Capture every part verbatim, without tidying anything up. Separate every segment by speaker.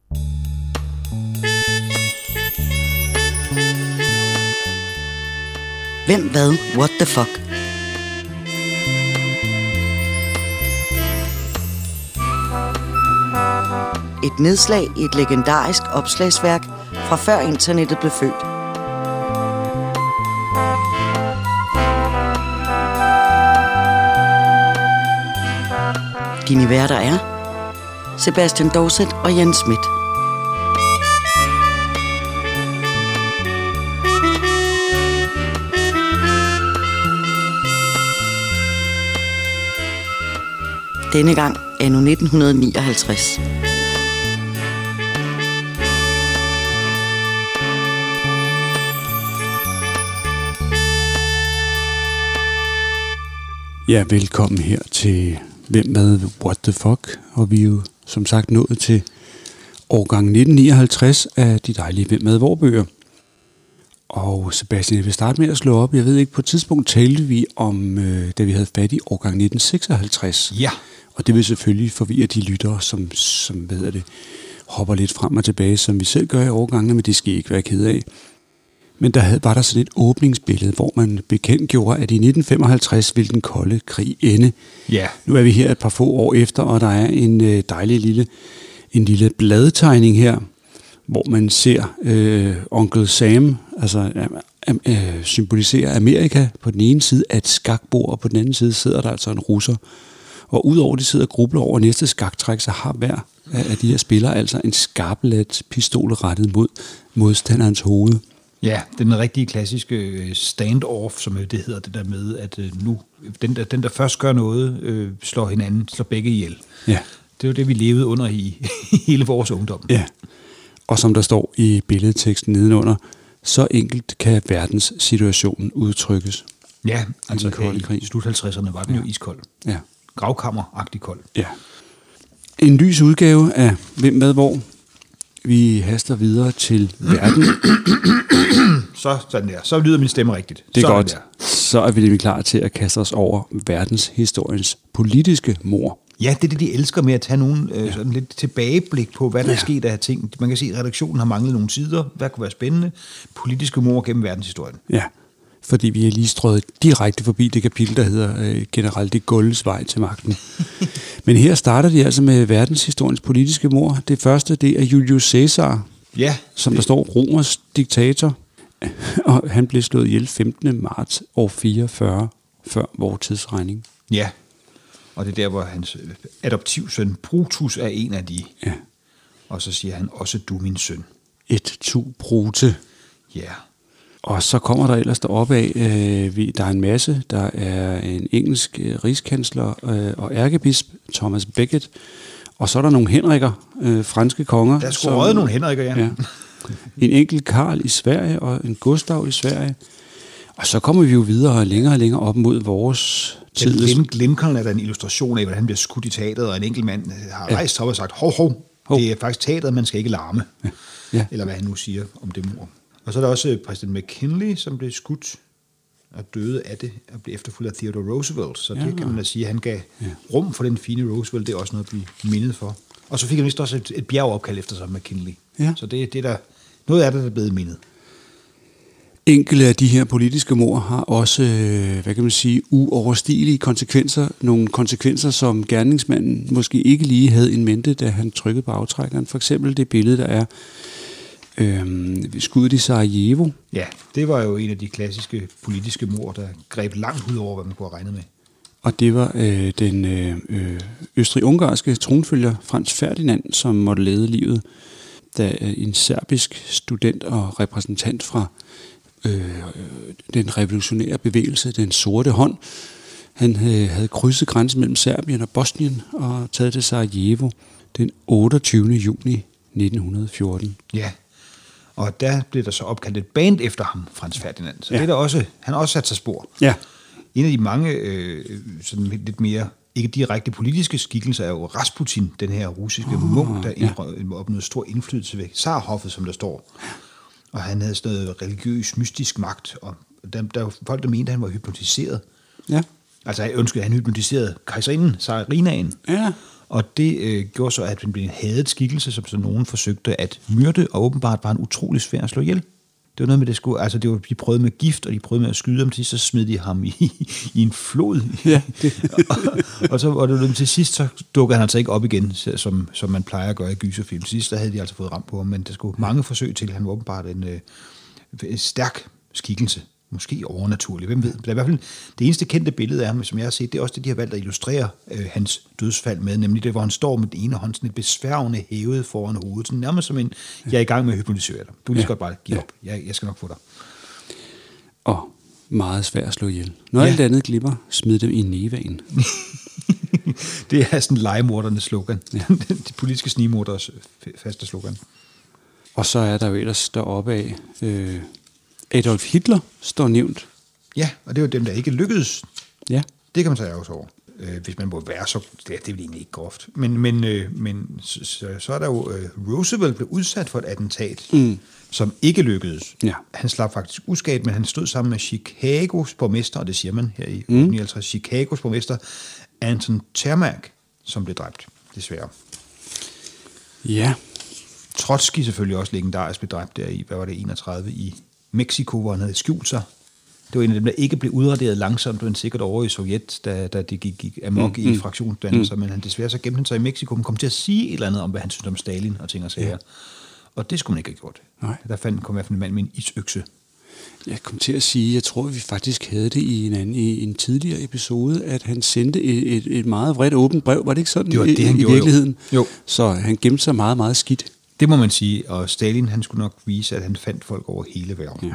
Speaker 1: Hvem, hvad, what the fuck? Et nedslag i et legendarisk opslagsværk fra før internettet blev født. Dine værter er Sebastian Dorset og Jens Schmidt. Denne gang anno nitten nioghalvtreds.
Speaker 2: Ja, velkommen her til Hvem med What the Fuck, og vi er jo som sagt nået til årgang nitten nioghalvtreds af de dejlige Hvem med Hvor-bøger. Og Sebastian, jeg vil starte med at slå op. Jeg ved ikke, på et tidspunkt talte vi om, øh, da vi havde fat i årgang nitten seksoghalvtreds.
Speaker 3: Ja.
Speaker 2: Og det vil selvfølgelig forvirre de lyttere, som, som hvad hedder det, hopper lidt frem og tilbage, som vi selv gør i årgangene, men det skal I ikke være ked af. Men der havde, var der sådan et åbningsbillede, hvor man bekendtgjorde, at i nitten femoghalvtreds ville den kolde krig ende.
Speaker 3: Ja.
Speaker 2: Nu er vi her et par få år efter, og der er en øh, dejlig lille, en lille bladtegning her, hvor man ser øh, onkel Sam, altså øh, øh, symbolisere Amerika på den ene side af et skakbord, og på den anden side sidder der altså en russer. Og udover de sidder og grubler over næste skaktræk, så har hver af de her spillere altså en skarplat pistol rettet mod modstanderens hoved.
Speaker 3: Ja, den rigtige klassiske stand-off, som det hedder, det der med, at nu den der, den der først gør noget, øh, slår hinanden, slår begge ihjel.
Speaker 2: Ja.
Speaker 3: Det er jo det, vi levede under i hele vores ungdom.
Speaker 2: Ja, og som der står i billedteksten nedenunder, så enkelt kan verdenssituationen udtrykkes.
Speaker 3: Ja, altså
Speaker 2: kolde krig.
Speaker 3: i slut halvtredserne var den
Speaker 2: ja.
Speaker 3: jo iskold.
Speaker 2: Ja.
Speaker 3: Gravkammer-agtig kold.
Speaker 2: Ja. En lys udgave af Hvem med hvor. Vi haster videre til verden.
Speaker 3: Så sådan der. Så lyder min stemme rigtigt.
Speaker 2: Det er
Speaker 3: sådan
Speaker 2: godt.
Speaker 3: Der.
Speaker 2: Så er vi nemlig klar til at kaste os over verdenshistoriens politiske mord.
Speaker 3: Ja, det er det, de elsker med at tage nogle øh, sådan lidt tilbageblik på, hvad der
Speaker 2: Ja.
Speaker 3: er sket af ting. Man kan se, at redaktionen har manglet nogle sider. Hvad kunne være spændende? Politiske mord gennem verdenshistorien.
Speaker 2: Ja, fordi vi er lige strøget direkte forbi det kapitel, der hedder øh, generelt de Gulles vej til magten. Men her starter de altså med verdenshistoriens politiske mord. Det første, det er Julius Caesar,
Speaker 3: Ja.
Speaker 2: som der står Romers diktator. Og han blev slået ihjel femtende marts år fireogfyrre før vor tidsregning.
Speaker 3: Ja, og det er der, hvor hans adoptivsøn Brutus er en af de.
Speaker 2: Ja.
Speaker 3: Og så siger han, også du, min søn.
Speaker 2: Et tu brute.
Speaker 3: Ja.
Speaker 2: Og så kommer der ellers deroppe af, øh, vi, der er en masse. Der er en engelsk øh, rigskansler øh, og ærkebisp, Thomas Becket. Og så er der nogle Henriker, øh, franske konger.
Speaker 3: Der er sgu røget nogle Henriker, ja.
Speaker 2: ja. En enkelt Karl i Sverige og en Gustav i Sverige. Og så kommer vi jo videre længere og længere op mod vores tid.
Speaker 3: Glen, Lincoln er der en illustration af, hvordan han bliver skudt i teateret, og en enkelt mand har rejst sig op og sagt, hov, hov, hov, det er faktisk teateret, man skal ikke larme.
Speaker 2: Ja. Ja.
Speaker 3: Eller hvad han nu siger om det mord. Og så er der også præsident McKinley, som blev skudt og døde af det, og blev efterfulgt af Theodore Roosevelt. Så ja. Det kan man da sige, at han gav ja. rum for den fine Roosevelt. Det er også noget at blive mindet for. Og så fik han vist også et, et bjergopkald efter sig, McKinley. Ja. Så det, det er der, noget af det, der er blevet mindet.
Speaker 2: Enkelte af de her politiske mord har også, hvad kan man sige, uoverstigelige konsekvenser. Nogle konsekvenser, som gerningsmanden måske ikke lige havde in mente, da han trykkede på aftrækkeren. For eksempel det billede, der er øhm, skuddet i Sarajevo.
Speaker 3: Ja, det var jo en af de klassiske politiske mord, der greb langt ud over, hvad man kunne have regnet med.
Speaker 2: Og det var øh, den øh, østrig-ungarske tronfølger Franz Ferdinand, som måtte lede livet, da en serbisk student og repræsentant fra øh, den revolutionære bevægelse, den sorte hånd, han øh, havde krydset grænsen mellem Serbien og Bosnien og taget til Sarajevo den otteogtyvende juni nitten fjorten.
Speaker 3: Ja, og der blev der så opkaldt et band efter ham, Franz Ferdinand. Så ja. Det er der også, han har også sat sig spor.
Speaker 2: Ja.
Speaker 3: En af de mange øh, sådan lidt mere, ikke direkte politiske skikkelser, er jo Rasputin, den her russiske oh, munk, der ja. opnåede stor indflydelse ved Tsarhoffet, som der står. Og han havde sådan noget religiøs, mystisk magt, og der, der var folk, der mente, at han var hypnotiseret.
Speaker 2: Ja.
Speaker 3: Altså, jeg ønskede, at han hypnotiserede kejserinden, Tsarinaen.
Speaker 2: Ja.
Speaker 3: Og det øh, gjorde så, at han blev en hadet skikkelse, som så nogen forsøgte at myrde, og åbenbart var han utrolig svær at slå ihjel. Det var noget med, det skulle, altså det var, de prøvede med gift, og de prøvede med at skyde ham til, så smed de ham i, i en flod.
Speaker 2: Ja.
Speaker 3: og, og så og det, til sidst, så dukkede han altså ikke op igen, som, som man plejer at gøre i gyserfilm. Til sidst, der havde de altså fået ramt på ham, men der skulle mange forsøg til. Han var åbenbart en, øh, en stærk skikkelse. Måske overnaturlig, hvem ved. Det er i hvert fald det eneste kendte billede af ham, som jeg har set, det er også det, de har valgt at illustrere øh, hans dødsfald med, nemlig det, hvor han står med den ene hånd, sådan et besværgende hævet foran hovedet, sådan nærmest som en, jeg er i gang med at hypnotisere dig. Du kan lige ja. godt bare give ja. op. Jeg, jeg skal nok få dig.
Speaker 2: Og meget svært at slå ihjel. Når ja. alt andet glipper, smid dem i nevaen.
Speaker 3: Det er sådan legemordernes slogan. Ja. De politiske snigmorders faste slogan.
Speaker 2: Og så er der jo ellers deroppe af... Øh, Adolf Hitler står nævnt.
Speaker 3: Ja, og det er jo dem, der ikke lykkedes.
Speaker 2: Ja.
Speaker 3: Det kan man tage også over. Øh, hvis man må være så... Det er, det er vel egentlig ikke groft. Men, men, øh, men så, så er der jo... Øh, Roosevelt blev udsat for et attentat, mm. som ikke lykkedes. Ja. Han slap faktisk uskadt, men han stod sammen med Chicagos borgmester, og det siger man her i mm. nioghalvtreds, Chicagos borgmester Anton Cermak, som blev dræbt, desværre.
Speaker 2: Ja.
Speaker 3: Trotsky selvfølgelig også legendarisk blev dræbt der i, hvad var det, enogtredive i Mexico, hvor han havde skjult sig. Det var en af dem, der ikke blev udraderet langsomt, men sikkert over i Sovjet, da, da det gik, gik amok mm, i fraktionsdannelser, mm. men han desværre så gemte han sig i Mexico, men kom til at sige et eller andet om, hvad han synes om Stalin og ting og sager. Ja. Og det skulle man ikke have gjort. Nej. Der fandt, kom i hvert fald en mand med en isøkse.
Speaker 2: Jeg kom til at sige, jeg tror, vi faktisk havde det i en anden, i en tidligere episode, at han sendte et, et, et meget vredt åbent brev. Var det ikke sådan
Speaker 3: det var
Speaker 2: i,
Speaker 3: det, han
Speaker 2: i
Speaker 3: gjorde,
Speaker 2: virkeligheden?
Speaker 3: Jo. Jo.
Speaker 2: Så han gemte sig meget, meget skidt.
Speaker 3: Det må man sige, og Stalin, han skulle nok vise, at han fandt folk over hele verden. Ja.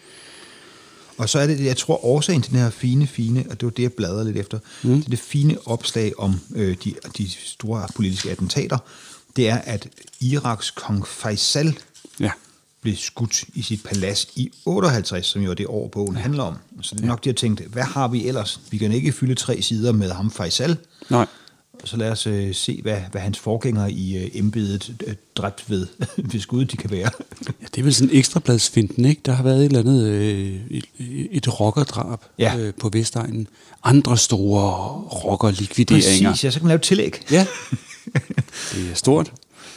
Speaker 3: Og så er det, jeg tror, årsagen til den her fine, fine, og det var det, jeg bladrede lidt efter, mm. det, det fine opslag om øh, de, de store politiske attentater, det er, at Iraks kong Faisal ja. blev skudt i sit palads i otteoghalvtreds, som jo er det år, bogen ja. handler om. Så det er nok, de har tænkt, hvad har vi ellers? Vi kan ikke fylde tre sider med ham Faisal. Nej. Så lad os øh, se, hvad, hvad hans forgængere i øh, embedet øh, dræbt ved, ved skud, de kan være.
Speaker 2: Ja, det er vel sådan en ekstrabladsfinten, ikke? Der har været et eller andet, øh, et, et rockerdrab ja. øh, på Vestegnen. Andre store rockerlikvideringer.
Speaker 3: Præcis, ja, så kan man lave tillæg.
Speaker 2: Ja, det er stort.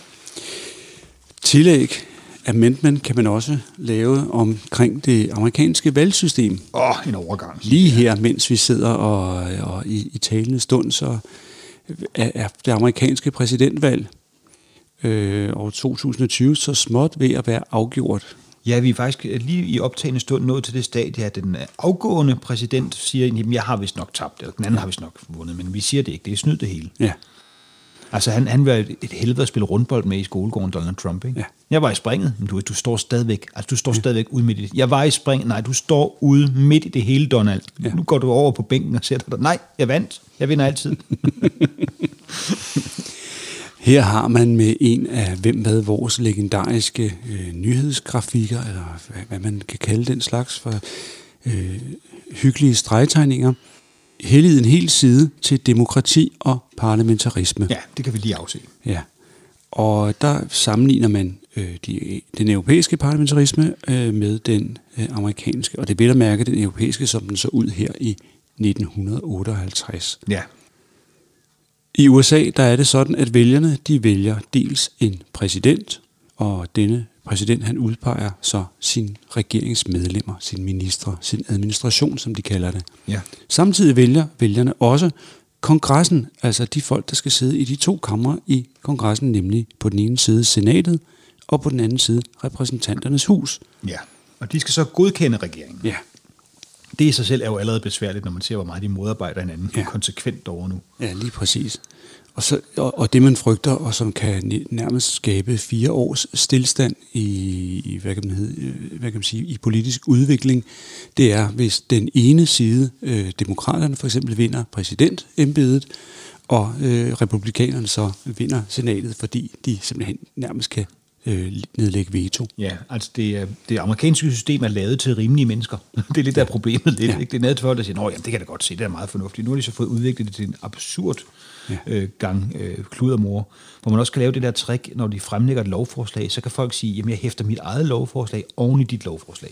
Speaker 2: Tillæg, amendment, kan man også lave omkring det amerikanske valgsystem.
Speaker 3: Åh, oh, en overgang.
Speaker 2: Lige her, mens vi sidder og, og i, i talende stund, så er det amerikanske præsidentvalg øh, år to tusind og tyve så småt ved at være afgjort.
Speaker 3: Ja, vi er faktisk lige i optagende stund nået til det stadie, at den afgående præsident siger, at jeg har vist nok tabt, eller den anden har vist nok vundet, men vi siger det ikke, det er snyd det hele. Ja. Altså han, han var et, et helvede at spille rundbold med i skolegården, Donald Trump, ikke? Ja. Jeg var i springet, men du, du står stadigvæk, altså du står ja. stadigvæk ude midt i det. Jeg var i springet, nej, du står ude midt i det hele, Donald. Ja. Nu går du over på bænken og sætter dig. Nej, jeg vandt. Jeg vinder altid.
Speaker 2: Her har man med en af hvem hvad vores legendariske øh, nyhedsgrafikker, eller hvad, hvad man kan kalde den slags for øh, hyggelige stregtegninger, helliget en hel side til demokrati og parlamentarisme.
Speaker 3: Ja, det kan vi lige afse.
Speaker 2: Ja, og der sammenligner man øh, de, den europæiske parlamentarisme øh, med den øh, amerikanske, og det vil at mærke den europæiske, som den så ud her i nitten otteoghalvtreds. Ja. I U S A, der er det sådan, at vælgerne, de vælger dels en præsident, og denne præsident, han udpeger så sin regeringsmedlemmer, sine ministre, sin administration, som de kalder det. Ja. Samtidig vælger vælgerne også kongressen, altså de folk, der skal sidde i de to kamre i kongressen, nemlig på den ene side senatet, og på den anden side repræsentanternes hus.
Speaker 3: Ja, og de skal så godkende regeringen. Ja. Det i sig selv er jo allerede besværligt, når man ser, hvor meget de modarbejder hinanden ja. konsekvent over nu.
Speaker 2: Ja, lige præcis. Og, så, og, og det man frygter, og som kan nærmest skabe fire års stillstand i, i hvad kan man hedde, hvad kan man sige, i politisk udvikling, det er, hvis den ene side, øh, demokraterne for eksempel, vinder præsidentembedet, og øh, republikanerne så vinder senatet, fordi de simpelthen nærmest kan øh, nedlægge veto.
Speaker 3: Ja, altså det, det amerikanske system er lavet til rimelige mennesker. Det er lidt der problemet. Lidt, ja. Ikke? Det er nede til folk, der siger, nå, jamen, det kan da godt se, det er meget fornuftigt. Nu har de så fået udviklet det til en absurd ja. øh, gang øh, kludermor, hvor man også kan lave det der trick, når de fremlægger et lovforslag, så kan folk sige, jamen jeg hæfter mit eget lovforslag oven i dit lovforslag.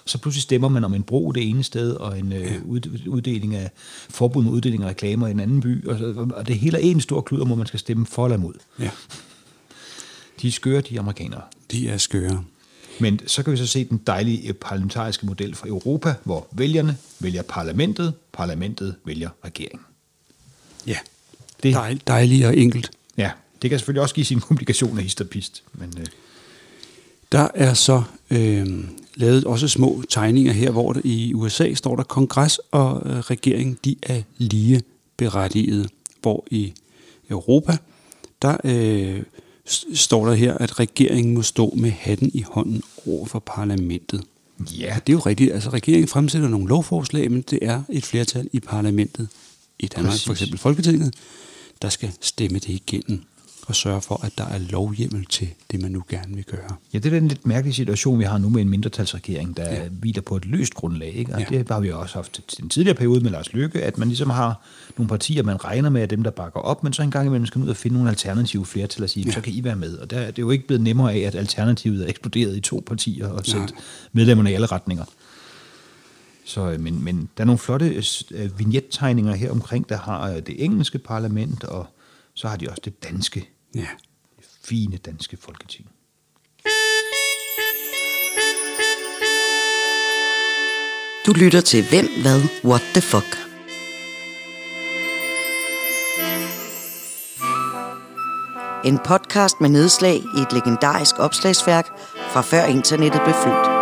Speaker 3: Så pludselig stemmer man om en bro det ene sted, og en ja. uddeling af forbud mod uddeling af reklamer i en anden by, og, så, og det hele er en stor klud, hvor man skal stemme for eller imod.
Speaker 2: Ja.
Speaker 3: De er skøre, de amerikanere.
Speaker 2: De er skøre.
Speaker 3: Men så kan vi så se den dejlige parlamentariske model fra Europa, hvor vælgerne vælger parlamentet, parlamentet vælger regeringen.
Speaker 2: Ja,
Speaker 3: det
Speaker 2: Dejl, dejligt og enkelt.
Speaker 3: Ja, det kan selvfølgelig også give sine komplikationer hist og pist. Men, øh.
Speaker 2: Der er så øh, lavet også små tegninger her, hvor der i U S A står der, kongres og øh, regering, de er lige berettigede. Hvor i Europa, der øh, står der her, at regeringen må stå med hatten i hånden over for parlamentet.
Speaker 3: Ja.
Speaker 2: Det er jo rigtigt. Altså, regeringen fremsætter nogle lovforslag, men det er et flertal i parlamentet, i Danmark, Præcis. For eksempel Folketinget, der skal stemme det igennem og sørge for, at der er lovhjemmel til det, man nu gerne vil gøre.
Speaker 3: Ja, det er den lidt mærkelige situation, vi har nu med en mindretalsregering, der ja. hviler på et løst grundlag. Ikke? Og ja. det har vi også haft i den tidligere periode med Lars Løkke, at man ligesom har nogle partier, man regner med, at dem, der bakker op, men så en gang imellem skal man ud og finde nogle alternative flertal og sige, ja. så kan I være med. Og der, det er jo ikke blevet nemmere af, at alternativet er eksploderet i to partier og sendt ja. medlemmerne i alle retninger. Så, men, men der er nogle flotte vignettegninger her omkring, der har det engelske parlament, og så har de også det danske.
Speaker 2: Ja.
Speaker 3: Det fine danske folketing.
Speaker 1: Du lytter til Hvem, Hvad, What the Fuck. En podcast med nedslag i et legendarisk opslagsværk fra før internettet blev født.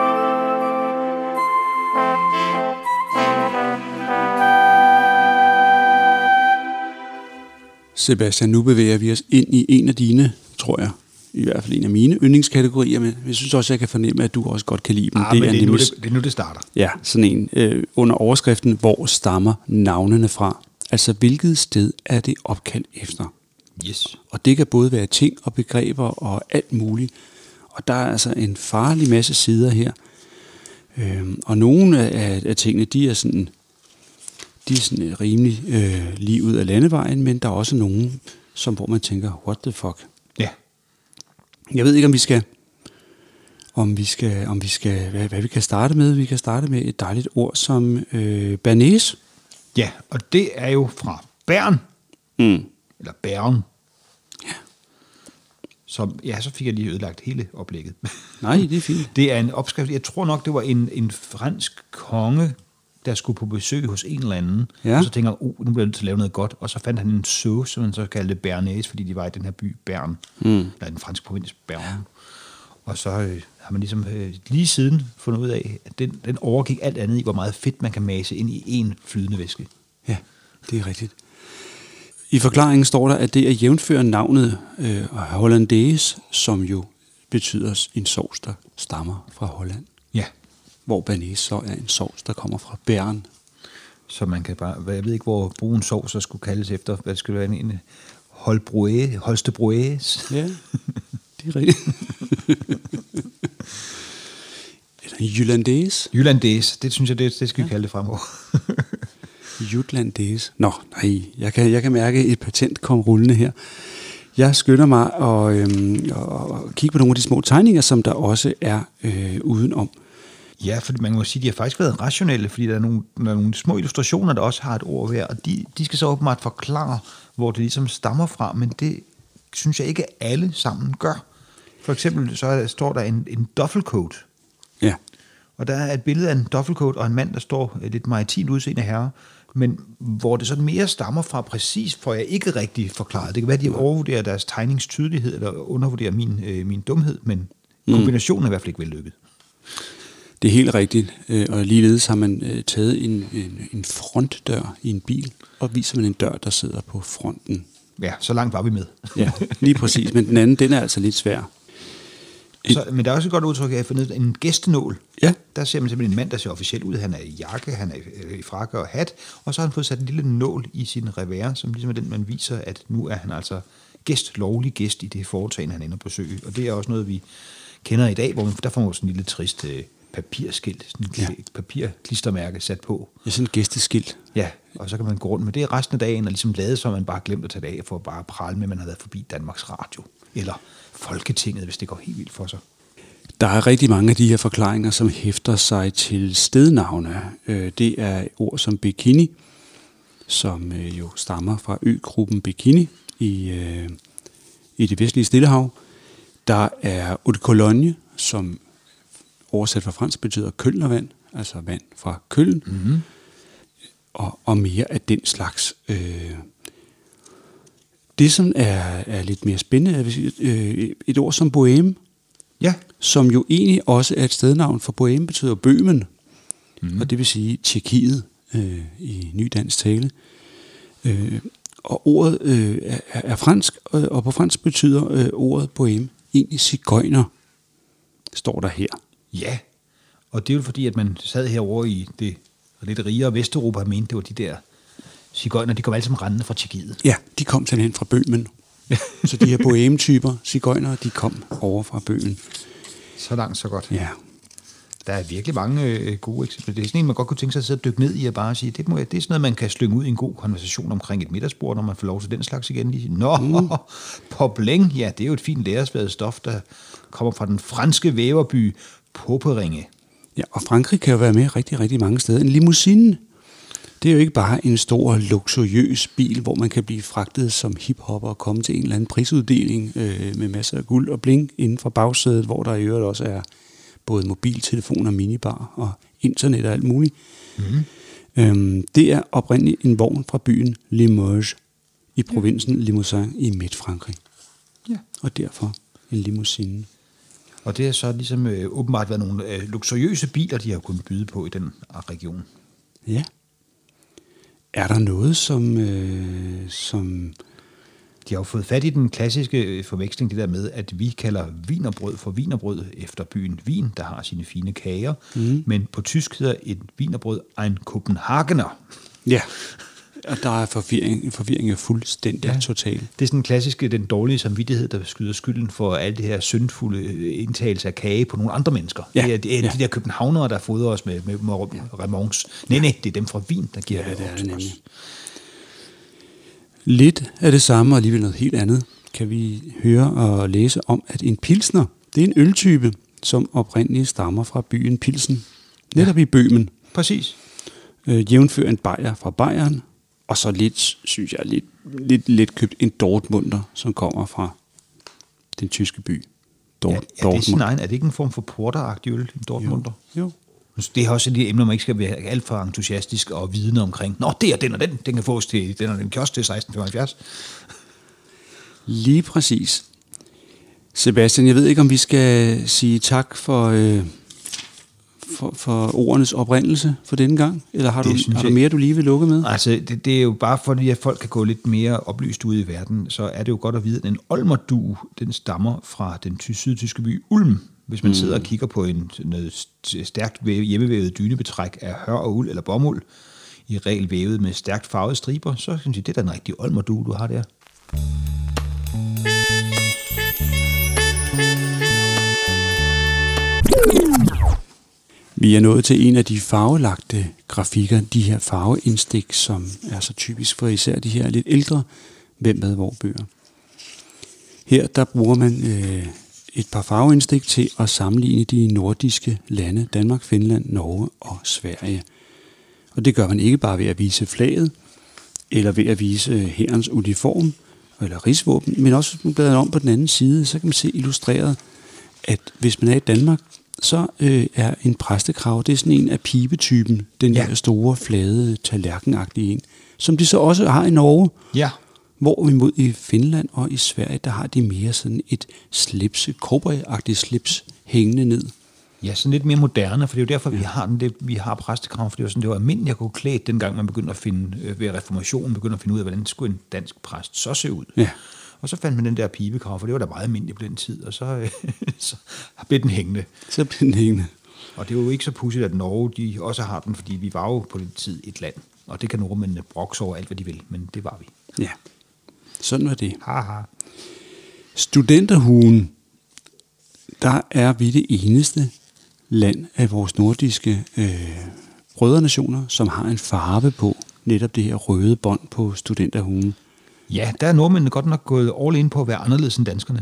Speaker 2: Sebastian, nu bevæger vi os ind i en af dine, tror jeg, i hvert fald en af mine yndlingskategorier, men jeg synes også, jeg kan fornemme, at du også godt kan lide dem.
Speaker 3: Ah, det, er det, er nu, det, det er nu, det starter.
Speaker 2: Ja, sådan en øh, under overskriften, hvor stammer navnene fra? Altså, hvilket sted er det opkaldt efter?
Speaker 3: Yes.
Speaker 2: Og det kan både være ting og begreber og alt muligt. Og der er altså en farlig masse sider her. Øhm, og nogle af, af tingene, de er sådan... De er sådan rimelig øh, lige ud af landevejen, men der er også nogen, som, hvor man tænker, what the fuck?
Speaker 3: Ja.
Speaker 2: Jeg ved ikke, om vi skal, om vi skal, om vi skal hvad, hvad vi kan starte med. Vi kan starte med et dejligt ord som øh, Bernæs.
Speaker 3: Ja, og det er jo fra Bern.
Speaker 2: Mm.
Speaker 3: Eller Bern.
Speaker 2: Ja.
Speaker 3: Som, ja, så fik jeg lige ødelagt hele oplægget.
Speaker 2: Nej, det er fint.
Speaker 3: Det er en opskrift, jeg tror nok, det var en, en fransk konge, der skulle på besøg hos en eller anden, ja. Og så tænker han, oh, nu bliver jeg nødt til at lave noget godt, og så fandt han en sauce, som man så kaldte Bernays, fordi de var i den her by Bern, mm. eller den franske provins Bern. Og så øh, har man ligesom øh, lige siden fundet ud af, at den, den overgik alt andet i, hvor meget fedt man kan mase ind i en flydende væske.
Speaker 2: Ja, det er rigtigt. I forklaringen står der, at det er jævnfører navnet øh, hollandaise, som jo betyder en sovs, der stammer fra Holland.
Speaker 3: Ja. Hvor
Speaker 2: Bernays så er en sovs, der kommer fra Bern.
Speaker 3: Så man kan bare, jeg ved ikke, hvor brun sovs så skulle kaldes efter, hvad skulle det være, en holbroué, holstebroués.
Speaker 2: Ja, det er rigtigt. Eller jyllandaise.
Speaker 3: Jyllandaise, det synes jeg, det, det skal vi ja. kalde det fremover.
Speaker 2: Jyllandaise. Nå, nej, jeg kan, jeg kan mærke et patent komme rullende her. Jeg skynder mig og, øhm, og kigge på nogle af de små tegninger, som der også er øh, udenom.
Speaker 3: Ja, for man må sige, at de har faktisk været rationelle, fordi der er nogle, der er nogle små illustrationer, der også har et ord hver, og de, de skal så åbenbart forklare, hvor det ligesom stammer fra, men det synes jeg ikke, alle sammen gør. For eksempel så er, står der en, en duffelcoat.
Speaker 2: Ja.
Speaker 3: Og der er et billede af en duffelcoat og en mand, der står lidt maritimt udseende herre, men hvor det sådan mere stammer fra præcis, får jeg ikke rigtig forklaret. Det kan være, at de overvurderer deres tegningstydelighed, eller undervurderer min, øh, min dumhed, men kombinationen er i hvert fald ikke vellykket.
Speaker 2: Det er helt rigtigt, og ligeledes har man taget en, en, en frontdør i en bil, og viser man en dør, der sidder på fronten.
Speaker 3: Ja, så langt var vi med.
Speaker 2: Ja, lige præcis, men den anden, den er altså lidt svær.
Speaker 3: Så, men der er også et godt udtryk, at jeg har fundet en gæstenål.
Speaker 2: Ja.
Speaker 3: Der ser man simpelthen en mand, der ser officielt ud. Han er i jakke, han er i frakke og hat, og så har han fået sat en lille nål i sin revers, som ligesom er den, man viser, at nu er han altså gæst, lovlig gæst i det foretagende, han ender på besøg. Og det er også noget, vi kender i dag, hvor man, der får man sådan en lille trist papirskilt, sådan et ja. papirklistermærke sat på.
Speaker 2: Ja, sådan et gæsteskilt.
Speaker 3: Ja, og så kan man gå rundt med det resten af dagen, og ligesom lade, som man bare glemt at tage det af, for at bare prale med, at man har været forbi Danmarks Radio, eller Folketinget, hvis det går helt vildt for sig.
Speaker 2: Der er rigtig mange af de her forklaringer, som hæfter sig til stednavne. Det er ord som bikini, som jo stammer fra øgruppen Bikini i, i det vestlige Stillehav. Der er eau de Cologne, som oversat fra fransk betyder kølnervand, altså vand fra køllen, mm-hmm. og, og mere af den slags. Det, som er, er lidt mere spændende, er et ord som Bohème, ja. Som jo egentlig også er et stednavn, for Bohème betyder Bøhmen, mm. og det vil sige Tjekkiet øh, i nydansk tale. Øh, og ordet øh, er, er fransk, og, og på fransk betyder øh, ordet Bohème egentlig sigøjner, står der her.
Speaker 3: Ja, og det er jo fordi, at man sad herovre i det lidt rigere Vesteuropa og mente, det var de der sigøjner, de kom alle sammen rendende fra Tjekkiet.
Speaker 2: Ja, de kom simpelthen fra Bøhmen. Så de her Bohème-typer, sigøjnere, de kom over fra Bøhmen.
Speaker 3: Så langt, så godt.
Speaker 2: Ja.
Speaker 3: Der er virkelig mange øh, gode eksempler. Det er sådan en, man godt kunne tænke sig at sidde og dykke ned i og bare sige, det, må, det er sådan noget, man kan slynge ud i en god konversation omkring et middagsbord, når man får lov til den slags igen. Lige, Nå, mm. Pobling, ja, det er jo et fint lærersværet stof, der kommer fra den franske væverby Poperinge.
Speaker 2: Ja, og Frankrig kan jo være med rigtig, rigtig mange steder. En limousine, det er jo ikke bare en stor, luksuriøs bil, hvor man kan blive fragtet som hiphopper og komme til en eller anden prisuddeling øh, med masser af guld og bling inden for bagsædet, hvor der i øvrigt også er både mobiltelefoner, minibar og internet og alt muligt. Mm-hmm. Øhm, det er oprindeligt en vogn fra byen Limoges i provinsen Limousin i Midt-Frankrig. Ja. Og derfor en limousine.
Speaker 3: Og det har så ligesom øh, åbenbart været nogle øh, luksuriøse biler, de har kunnet byde på i den region.
Speaker 2: Ja. Er der noget, som, øh, som...
Speaker 3: De har jo fået fat i den klassiske forveksling, det der med, at vi kalder wienerbrød for wienerbrød efter byen Wien, der har sine fine kager. Mm. Men på tysk hedder et wienerbrød ein Kopenhagener.
Speaker 2: Ja, og der er forvirring, forvirring er fuldstændig ja. Total.
Speaker 3: Det er sådan en klassiske, den dårlige samvittighed, der skyder skylden for alle det her syndfulde indtagelse af kage på nogle andre mennesker. Ja. Det er, det er ja. De der københavnere, der fodrer os med, med, med remonce. Nej, nej, det er dem fra Wien, der giver
Speaker 2: ja,
Speaker 3: det,
Speaker 2: det er det nemlig. Lidt af det samme og alligevel noget helt andet kan vi høre og læse om, at en pilsner, det er en øltype, som oprindeligt stammer fra byen Pilsen, netop ja. I Bøhmen.
Speaker 3: Præcis.
Speaker 2: Øh, jævnfør en bajer fra Bayern, og så lidt, synes jeg, lidt, lidt, lidt købt en Dortmunder, som kommer fra den tyske by.
Speaker 3: Dort, ja, ja, det er sin egen. Er det ikke en form for porteragtig øl, en Dortmunder?
Speaker 2: Jo, jo.
Speaker 3: Det er også et emne, man ikke skal være alt for entusiastisk og vidne omkring. Nå, det er den og den. Den kan fås til den og den kiosk til seksten femoghalvfjerds.
Speaker 2: Lige præcis. Sebastian, jeg ved ikke, om vi skal sige tak for, øh, for, for ordenes oprindelse for denne gang. Eller har, du, har du mere, du lige vil lukke med?
Speaker 3: Altså, det, det er jo bare fordi, at folk kan gå lidt mere oplyst ud i verden, så er det jo godt at vide, at en olmerdue, den stammer fra den ty- sydtyske by Ulm. Hvis man mm. sidder og kigger på en noget stærkt hjemmevævet dynebetræk af hør og uld eller bomuld, i regel vævet med stærkt farvede striber, så kan man sige, det er da en rigtig olmerdue, du har der.
Speaker 2: Vi er nået til en af de farvelagte grafikker, de her farveindstik, som er så typisk for især de her lidt ældre hvem med hvor bøger. Her der bruger man øh, et par farveindstik til at sammenligne de nordiske lande, Danmark, Finland, Norge og Sverige. Og det gør man ikke bare ved at vise flaget, eller ved at vise hærens uniform, eller rigsvåben, men også bladret om på den anden side, så kan man se illustreret, at hvis man er i Danmark, så øh, er en præstekrav, det er sådan en af pibetypen, den ja. her store, flade, tallerkenagtige en, som de så også har i Norge.
Speaker 3: Ja.
Speaker 2: Hvorimod i Finland og i Sverige, der har de mere sådan et slips, et cowboy-agtigt slips hængende ned.
Speaker 3: Ja, sådan lidt mere moderne, for det er jo derfor, ja. vi har den, det, vi har præstekraven, for det var sådan, det var almindeligt at gå klædt, dengang man begyndte at finde, øh, ved reformationen, begyndte at finde ud af, hvordan skulle en dansk præst så se ud.
Speaker 2: Ja.
Speaker 3: Og så fandt man den der pibekrav, for det var da meget almindeligt på den tid, og så, øh, så blev den hængende.
Speaker 2: Så blev den hængende.
Speaker 3: Og det er jo ikke så pudsigt, at Norge de også har den, fordi vi var jo på den tid et land, og det kan nordmændene brokse over alt, hvad de vil, men det var vi.
Speaker 2: Ja, sådan var det.
Speaker 3: Haha.
Speaker 2: Studenterhuen, der er vi det eneste land af vores nordiske øh, brødrenationer, som har en farve på netop det her røde bånd på studenterhuen.
Speaker 3: Ja, der er nordmændene godt nok gået all in på at være anderledes end danskerne.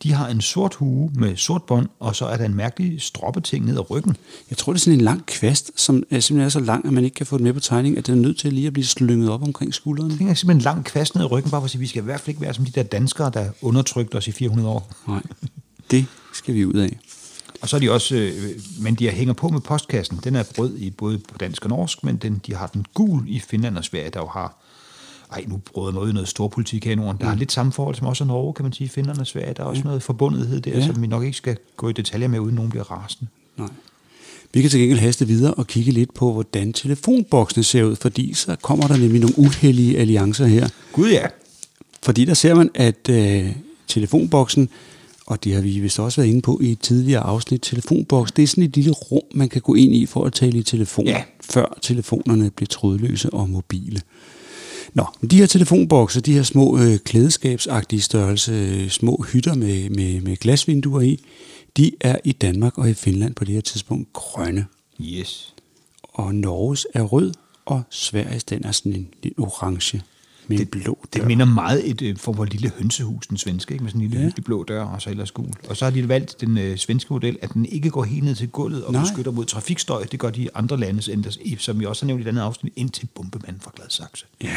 Speaker 3: De har en sort hue med sort bånd, og så er der en mærkelig stroppe-ting ned ad ryggen.
Speaker 2: Jeg tror, det er sådan en lang kvast, som er simpelthen er så lang, at man ikke kan få den med på tegning, at den er nødt til lige at blive slynget op omkring skulderen.
Speaker 3: Det er simpelthen en lang kvast ned ad ryggen, bare for at sige, vi skal i hvert fald ikke være som de der danskere, der undertrykte os i fire hundrede år.
Speaker 2: Nej, det skal vi ud af.
Speaker 3: Og så er de også, øh, men de hænger på med postkassen. Den er rød i både på dansk og norsk, men den, de har den gul i Finland og Sverige, der jo har... Ej, nu brød noget i noget storpolitik her i Norden. Der er lidt samme forhold som også Norge, kan man sige. Finland og Sverige, der er også ja. noget forbundethed der, ja. som vi nok ikke skal gå i detaljer med, uden nogen bliver rasende.
Speaker 2: Nej. Vi kan til gengæld haste videre og kigge lidt på, hvordan telefonboksene ser ud, fordi så kommer der nemlig nogle uheldige alliancer her.
Speaker 3: Gud ja.
Speaker 2: Fordi der ser man, at øh, telefonboksen, og det har vi vist også været inde på i et tidligere afsnit, telefonboks, det er sådan et lille rum, man kan gå ind i for at tale i telefon, ja. før telefonerne bliver trådløse og mobile. Nå, de her telefonbokse, de her små øh, klædeskabsagtige størrelse, øh, små hytter med, med, med glasvinduer i, de er i Danmark og i Finland på det her tidspunkt grønne.
Speaker 3: Yes.
Speaker 2: Og Norges er rød, og Sveriges den er sådan en lidt orange med
Speaker 3: det,
Speaker 2: en blå dør.
Speaker 3: Det minder meget et øh, for vores lille hønsehus, den svenske, ikke? Med sådan en lille ja. blå dør og så ellers gul. Og så har de valgt den øh, svenske model, at den ikke går helt ned til gulvet og Nej. beskytter mod trafikstøj. Det gør de andre landes ændres, som vi også har nævnt i et andet afsnit, indtil bombemanden fra Gladsaxe.
Speaker 2: Ja.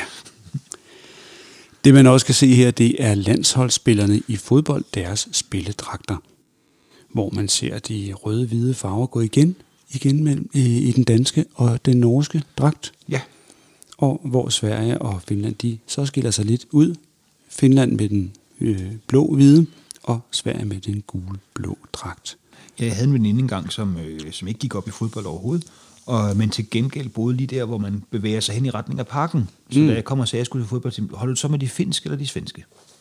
Speaker 2: Det man også kan se her, det er landsholdsspillerne i fodbold, deres spilledragter, hvor man ser de røde-hvide farver gå igen, igen mellem, øh, i den danske og den norske dragt.
Speaker 3: Ja.
Speaker 2: Og hvor Sverige og Finland, de så skiller sig lidt ud. Finland med den øh, blå-hvide, og Sverige med den gule-blå dragt.
Speaker 3: Jeg havde en veninde engang, som, øh, som ikke gik op i fodbold overhovedet, og, men til gengæld boede lige der, hvor man bevæger sig hen i retning af parken. Så mm. da jeg kom og sagde, at jeg skulle til fodbold, så holdt du så med de finske eller de svenske?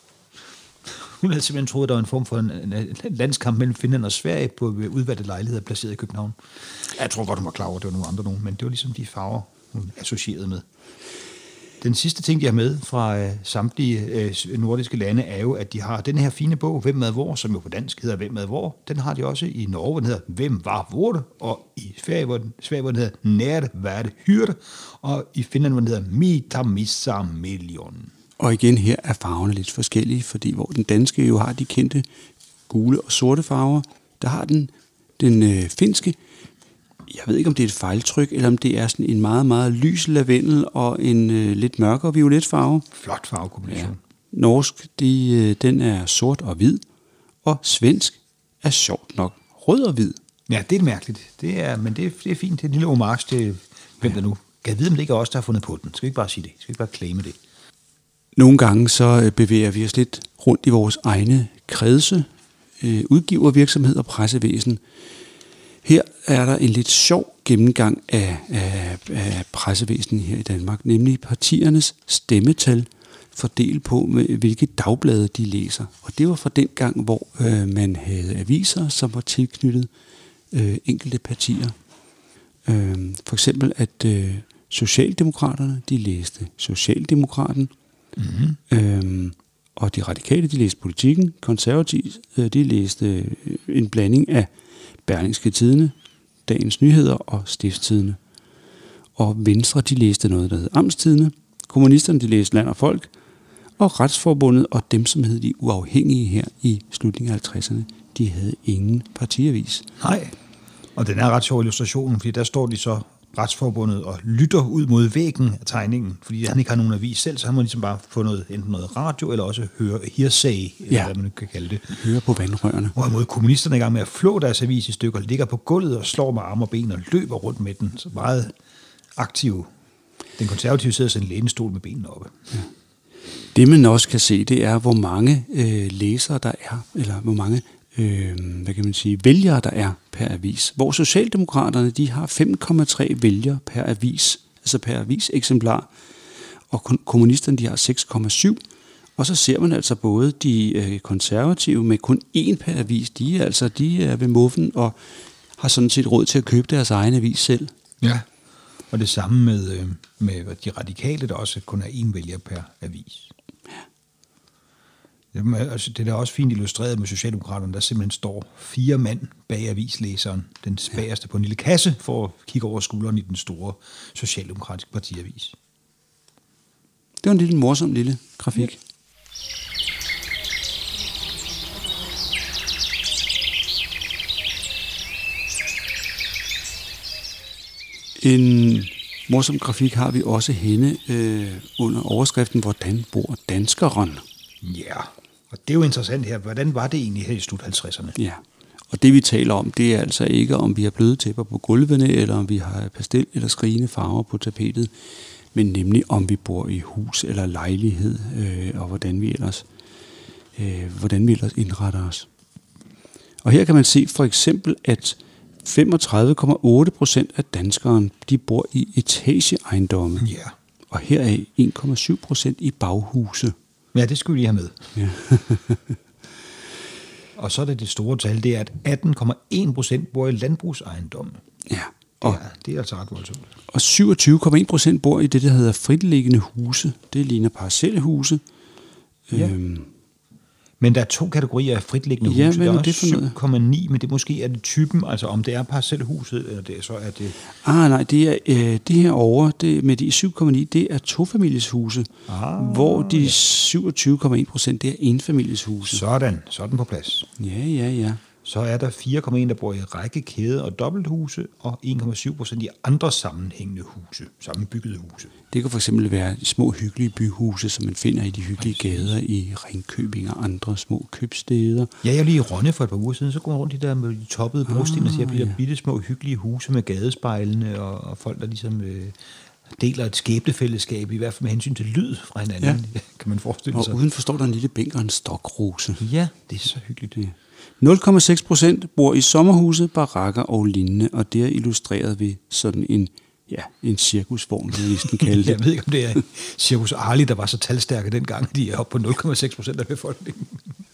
Speaker 3: Hun havde simpelthen troet, at der var en form for en, en, en landskamp mellem Finland og Sverige på udvalgte lejligheder placeret i København. Jeg tror godt, hun var klar over, at det var nogle andre nogen, men det var ligesom de farver, hun associerede med. Den sidste ting, de har med fra øh, samtlige øh, nordiske lande, er jo, at de har den her fine bog, Hvem med hvor, som jo på dansk hedder Hvem med hvor. Den har de også i Norge, hvor den hedder Hvem var hvor det, og i Sverige, hvor den, Sverige, hvor den hedder Nær hvad det hyrde, og i Finland, hvor den hedder Mita missa million.
Speaker 2: Og igen her er farverne lidt forskellige, fordi hvor den danske jo har de kendte gule og sorte farver, der har den, den øh, finske, jeg ved ikke om det er et fejltryk, eller om det er sådan en meget, meget lys lavendel og en øh, lidt mørkere violet farve.
Speaker 3: Flot farvekombination. Ja.
Speaker 2: Norsk, de, øh, den er sort og hvid, og svensk er sjovt nok rød og hvid.
Speaker 3: Ja, det er mærkeligt, det er, men det er, det er fint. Det er en lille homage til, hvem ja. der nu. Kan jeg vide, om det ikke er os, der har fundet på den? Skal vi ikke bare sige det? Skal vi ikke bare claime det?
Speaker 2: Nogle gange så bevæger vi os lidt rundt i vores egne kredse, øh, udgivervirksomhed og pressevæsen. Her er der en lidt sjov gennemgang af, af, af pressevæsenet her i Danmark, nemlig partiernes stemmetal fordelt på, hvilke dagblade de læser. Og det var fra den gang, hvor øh, man havde aviser, som var tilknyttet øh, enkelte partier. Øh, for eksempel, at øh, Socialdemokraterne, de læste Socialdemokraten, mm-hmm. øh, og de radikale, de læste Politikken, Konservative, øh, de læste en blanding af Berlingske Tidende, Dagens Nyheder og Stiftstidende. Og Venstre, de læste noget, der hed Amtstidende. Kommunisterne, de læste Land og Folk. Og Retsforbundet og dem, som hed de uafhængige her i slutningen af halvtredserne, de havde ingen partiavis.
Speaker 3: Nej, og den er ret sjov illustration, fordi der står de så Retsforbundet og lytter ud mod væggen af tegningen, fordi han ikke har nogen avis selv, så han må ligesom bare få noget, enten noget radio, eller også høre hearsay, eller ja. hvad man kan kalde det.
Speaker 2: Høre på vandrørene.
Speaker 3: Hvorimod kommunisterne er i gang med at flå deres avis i stykker, ligger på gulvet og slår med arme og ben og løber rundt med den, så meget aktiv. Den konservative sidder sådan en lænestol med benene oppe. Ja.
Speaker 2: Det man også kan se, det er, hvor mange øh, læsere der er, eller hvor mange øh, hvad kan man sige, vælgere der er per avis. Hvor Socialdemokraterne, de har fem komma tre vælgere per avis, altså per aviseksemplar, og kommunisterne, de har seks komma syv. Og så ser man altså både de øh, konservative med kun én per avis, de er altså de er ved muffen og har sådan set råd til at købe deres egen avis selv.
Speaker 3: Ja. Og det samme med, øh, med de radikale, der også kun er én vælger per avis. Ja. Det, altså, det er også fint illustreret med Socialdemokraterne, der simpelthen står fire mand bag avislæseren, den bagerste på en lille kasse, for at kigge over skulderen i den store socialdemokratiske partiavis.
Speaker 2: Det var en lille morsom lille grafik. En morsom grafik har vi også henne øh, under overskriften, hvordan bor danskeren?
Speaker 3: Ja, og det er jo interessant her. Hvordan var det egentlig her i slut halvtredserne?
Speaker 2: Ja, og det vi taler om, det er altså ikke, om vi har bløde tæpper på gulvene, eller om vi har pastel eller skrigende farver på tapetet, men nemlig om vi bor i hus eller lejlighed, øh, og hvordan vi ellers, øh, hvordan vi ellers indretter os. Og her kan man se for eksempel, at femogtredive komma otte procent af danskeren, de bor i etageejendomme.
Speaker 3: Ja.
Speaker 2: Og her er en komma syv procent i baghuse.
Speaker 3: Ja, det skulle vi lige have med.
Speaker 2: Ja.
Speaker 3: Og så er det det store tal, det er, at atten komma en procent bor i landbrugsejendomme.
Speaker 2: Ja. Og,
Speaker 3: ja, det er altså ret voldsomt.
Speaker 2: Og syvogtyve komma en procent bor i det, der hedder fritliggende huse. Det ligner parcelhuse.
Speaker 3: Ja. Øhm. Men der er to kategorier af fritliggende
Speaker 2: ja,
Speaker 3: huse. Der er
Speaker 2: det
Speaker 3: syv komma ni, men det måske er det typen, altså om det er parcelhuset, eller det, så er det...
Speaker 2: Ah, nej, det er øh, det her over, det, med de syv komma ni, det er tofamilieshuse, ah, hvor de ja. syvogtyve komma en procent, det er enfamilieshuse.
Speaker 3: Sådan, sådan på plads.
Speaker 2: Ja, ja, ja.
Speaker 3: Så er der fire komma en, der bor i række, kæde og dobbelthuse, og en komma syv procent i andre sammenhængende huse, sammenbyggede huse.
Speaker 2: Det kan for eksempel være de små hyggelige byhuse, som man finder i de hyggelige gader i Ringkøbing og andre små købsteder.
Speaker 3: Ja, jeg var lige i Rønne for et par uger siden, så går man rundt i de der med de toppede brosten, ah, og ser de der ja. bitte små hyggelige huse med gadespejlene, og, og folk, der ligesom øh, deler et skæbnefællesskab, i hvert fald med hensyn til lyd fra hinanden, ja. kan man forestille sig.
Speaker 2: Og udenfor står der en lille bænk og en stokrose.
Speaker 3: Ja, det er så hyggeligt.
Speaker 2: Ja. nul komma seks procent bor i sommerhuse, barakker og lignende, og det er illustreret ved sådan en, ja, en cirkusvogn, vil jeg næsten kalde det.
Speaker 3: Jeg ved ikke, om det er Cirkus Arli, der var så talstærke dengang, de er oppe på nul komma seks procent af befolkningen.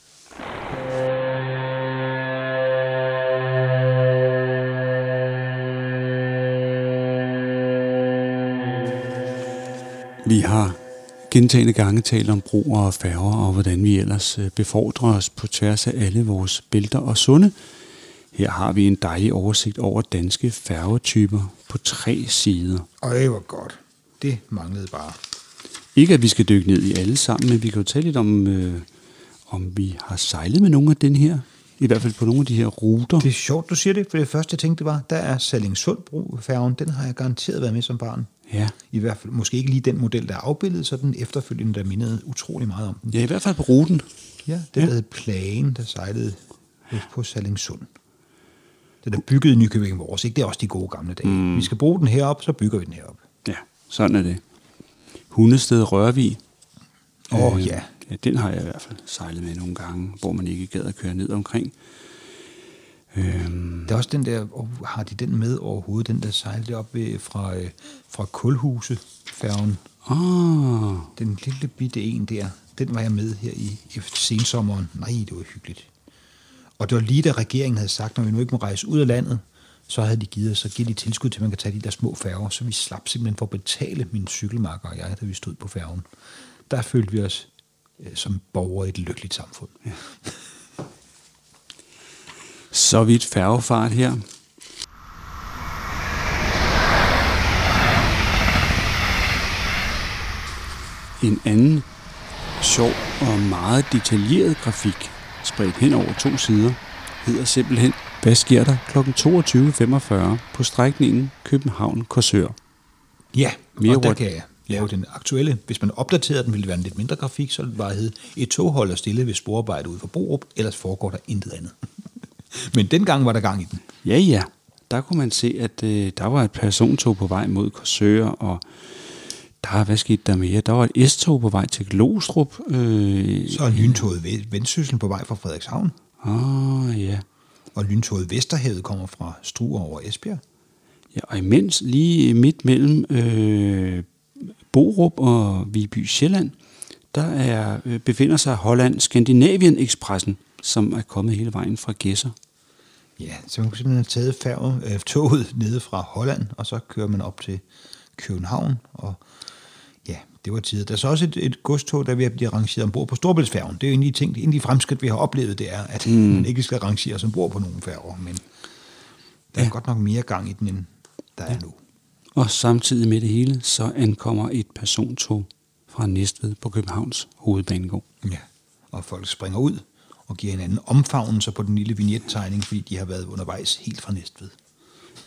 Speaker 2: Vi har gentagne gange talt om broer og færger, og hvordan vi ellers befordrer os på tværs af alle vores bælter og sunde. Her har vi en dejlig oversigt over danske færgetyper på tre sider.
Speaker 3: Og det var godt. Det manglede bare.
Speaker 2: Ikke at vi skal dykke ned i alle sammen, men vi kan jo tale lidt om, øh, om vi har sejlet med nogle af den her. I hvert fald på nogle af de her ruter.
Speaker 3: Det er sjovt, du siger det, for det første jeg tænkte var, der er Sallingsundbro-færgen, den har jeg garanteret været med som barn.
Speaker 2: Ja.
Speaker 3: I hvert fald måske ikke lige den model, der er afbildet, så den efterfølgende, der mindede utrolig meget om den.
Speaker 2: Ja, i hvert fald på ruten.
Speaker 3: Ja, det ja. der hed Plagen, der sejlede på Sallingsund. Den er bygget i Nykøbing Mors, ikke? Det er også de gode gamle dage. Mm. Vi skal bruge den herop, så bygger vi den herop.
Speaker 2: Ja, sådan er det. Hundested Rørvig.
Speaker 3: Åh, oh, øh, ja.
Speaker 2: Ja, den har jeg i hvert fald sejlet med nogle gange, hvor man ikke gad at køre ned omkring.
Speaker 3: Øhm. Der er også den der, oh, har de den med overhovedet, den der sejlede op ved, fra, øh, fra Kulhusefærgen.
Speaker 2: Ah.
Speaker 3: Den lille bitte en der, den var jeg med her i, i sensommeren. Nej, det var hyggeligt. Og det var lige da regeringen havde sagt, når vi nu ikke må rejse ud af landet, så havde de givet os, så giver de tilskud til, at man kan tage de der små færger, så vi slap simpelthen for at betale min cykelmarker og jeg, da vi stod på færgen. Der følte vi os øh, som borgere i et lykkeligt samfund. Ja.
Speaker 2: Så vidt færgefart her. En anden sjov og meget detaljeret grafik, spredt hen over to sider, hedder simpelthen, hvad sker der klokken toogtyve femogfyrre på strækningen København-Korsør?
Speaker 3: Ja, Mere og der kan jeg lave den aktuelle. Hvis man opdaterer den, ville det være en lidt mindre grafik, så ville det bare hedde, et tog holder stille ved sporarbejde ude for Borup, ellers foregår der intet andet. Men dengang var der gang i den.
Speaker 2: Ja, ja. Der kunne man se, at øh, der var et persontog på vej mod Korsør, og der, hvad skete der mere? Der var et S-tog på vej til Glostrup. Øh,
Speaker 3: så er lyntoget Vendsyssel på vej fra Frederikshavn.
Speaker 2: Åh, oh, ja.
Speaker 3: Og lyntoget Vesterhavet kommer fra Struer over Esbjerg.
Speaker 2: Ja, og imens lige midt mellem øh, Borup og Viby Sjælland, der er, øh, befinder sig Holland Skandinavien Expressen, som er kommet hele vejen fra Gedser.
Speaker 3: Ja, så man kunne simpelthen have taget færge, øh, toget nede fra Holland, og så kører man op til København, og ja, det var tider. Der er så også et, et godstog, der vil blive rangeret ombord på Storebæltsfærgen. Det er jo en af de ting, en af de fremskridt, vi har oplevet, det er, at mm. man ikke skal rangeres ombord på nogen færger, men der er ja. godt nok mere gang i den, end der ja. er nu.
Speaker 2: Og samtidig med det hele, så ankommer et persontog fra Næstved på Københavns Hovedbanegård.
Speaker 3: Ja, og folk springer ud og giver hinanden omfavnelser på den lille vignet-tegning, fordi de har været undervejs helt fra Næstved.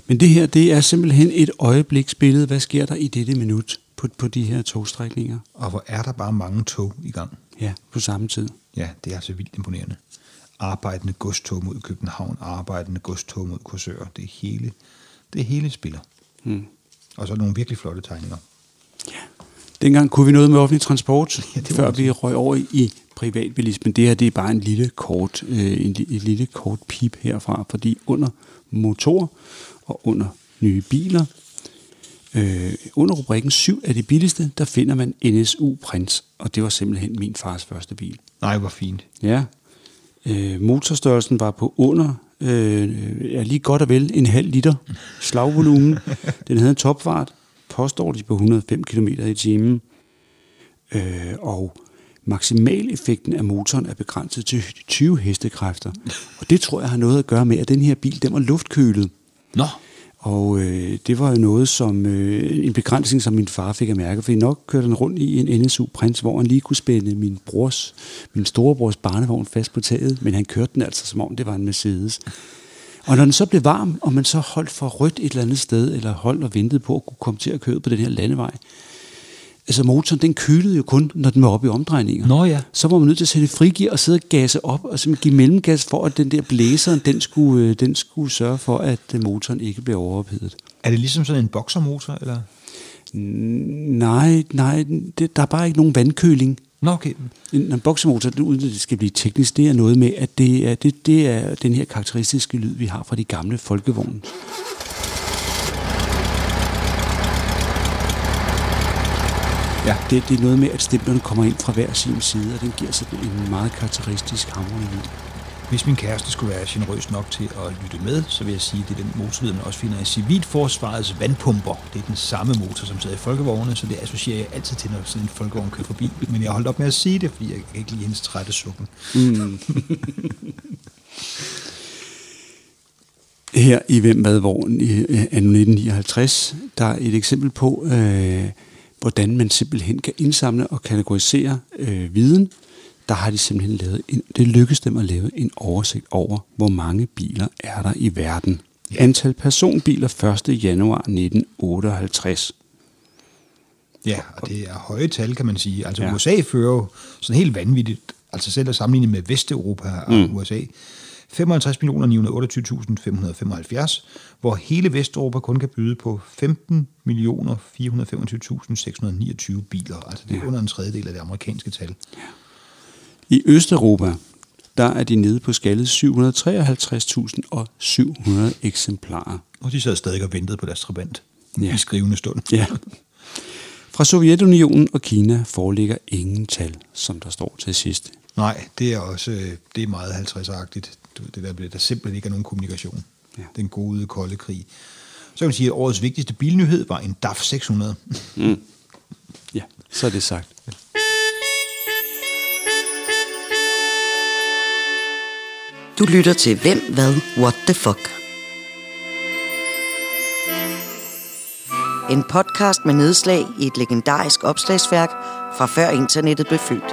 Speaker 2: Men det her, det er simpelthen et øjebliksbillede. Hvad sker der i dette minut på, på de her togstrækninger?
Speaker 3: Og hvor er der bare mange tog i gang.
Speaker 2: Ja, på samme tid.
Speaker 3: Ja, det er altså vildt imponerende. Arbejdende godstog mod København, arbejdende godstog mod Korsør. Det hele, det hele spiller. Hmm. Og så nogle virkelig flotte tegninger.
Speaker 2: Ja. Dengang kunne vi noget med offentlig transport, ja, før vi røg over i privatbilismen. Det her, det er bare en lille kort, øh, en, en lille kort pip herfra, fordi under motor og under nye biler, øh, under rubrikken syv af de billigste, der finder man N S U Prince, og det var simpelthen min fars første bil.
Speaker 3: Nej, hvor fint.
Speaker 2: Ja. Øh, motorstørrelsen var på under, øh, ja, lige godt og vel, en halv liter slagvolumen. Den havde en topfart, påstår de på et hundrede og fem kilometer i timen. Øh, og maksimaleffekten af motoren er begrænset til tyve hestekræfter. Og det tror jeg har noget at gøre med, at den her bil, den var luftkølet.
Speaker 3: Nå.
Speaker 2: Og øh, det var jo noget som øh, en begrænsning, som min far fik at mærke, for nok kørte han rundt i en N S U Prince, hvor han lige kunne spænde min brors, min storebrors barnevogn fast på taget, men han kørte den altså, som om det var en Mercedes. Og når den så blev varm, og man så holdt for rødt et eller andet sted, eller holdt og ventede på at kunne komme til at køre på den her landevej, altså motoren, den kølede jo kun, når den var oppe i omdrejninger.
Speaker 3: Nå ja.
Speaker 2: Så var man nødt til at sætte frigear og sidde og gasse op, og simpelthen give mellemgas for, at den der blæseren, den skulle, den skulle sørge for, at motoren ikke blev overophedet. Er
Speaker 3: det ligesom sådan en boksermotor, eller?
Speaker 2: Nej, nej, det, der er bare ikke nogen vandkøling.
Speaker 3: Nå, okay.
Speaker 2: En, en boksermotor, uden at det skal blive teknisk, det er noget med, at det er, det, det er den her karakteristiske lyd, vi har fra de gamle folkevogne. Ja. Det, det er noget med, at stemplerne kommer ind fra hver sin side, og den giver sig en meget karakteristisk hamrende lyd.
Speaker 3: Hvis min kæreste skulle være generøs nok til at lytte med, så vil jeg sige, at det er den motorlyd, man også finder i Civilforsvarets vandpumper. Det er den samme motor, som sidder i folkevogne, så det associerer jeg altid til, når sådan en folkevogn kører forbi. Men jeg holdt op med at sige det, fordi jeg kan ikke lide hendes trætte sukken. Mm.
Speaker 2: Her i Hvem Hvad Hvor i anno nitten nioghalvtreds, der er et eksempel på, øh, hvordan man simpelthen kan indsamle og kategorisere øh, viden. Der har de simpelthen lavet en, det lykkedes dem at lave en oversigt over, hvor mange biler er der i verden. Ja. Antal personbiler første januar nitten otteoghalvtreds.
Speaker 3: Ja, og det er høje tal, kan man sige. Altså ja. U S A fører jo sådan helt vanvittigt, altså selv at sammenligne med Vesteuropa og mm. U S A. femoghalvtreds millioner ni hundrede og otteogtyve tusind fem hundrede og femoghalvfjerds, hvor hele Vesteuropa kun kan byde på femten millioner fire hundrede og femogtyve tusind seks hundrede og niogtyve biler. Altså det er ja. under en tredjedel af det amerikanske tal. Ja.
Speaker 2: I Østeuropa, der er de nede på skaldet syv hundrede og treoghalvtreds tusind syv hundrede eksemplarer.
Speaker 3: Og de sad stadig og ventede på deres trabant ja. i skrivende stund.
Speaker 2: Ja. Fra Sovjetunionen og Kina foreligger ingen tal, som der står til sidst.
Speaker 3: Nej, det er også det er meget halvtredseragtigt. Det der, der simpelthen ikke er nogen kommunikation. Ja. Den gode kolde krig. Så kan man sige, at årets vigtigste bilnyhed var en D A F seks hundrede.
Speaker 2: Mm. Ja, så er det sagt.
Speaker 1: Du lytter til Hvem, Hvad, What the Fuck. En podcast med nedslag i et legendarisk opslagsværk fra før internettet blev født.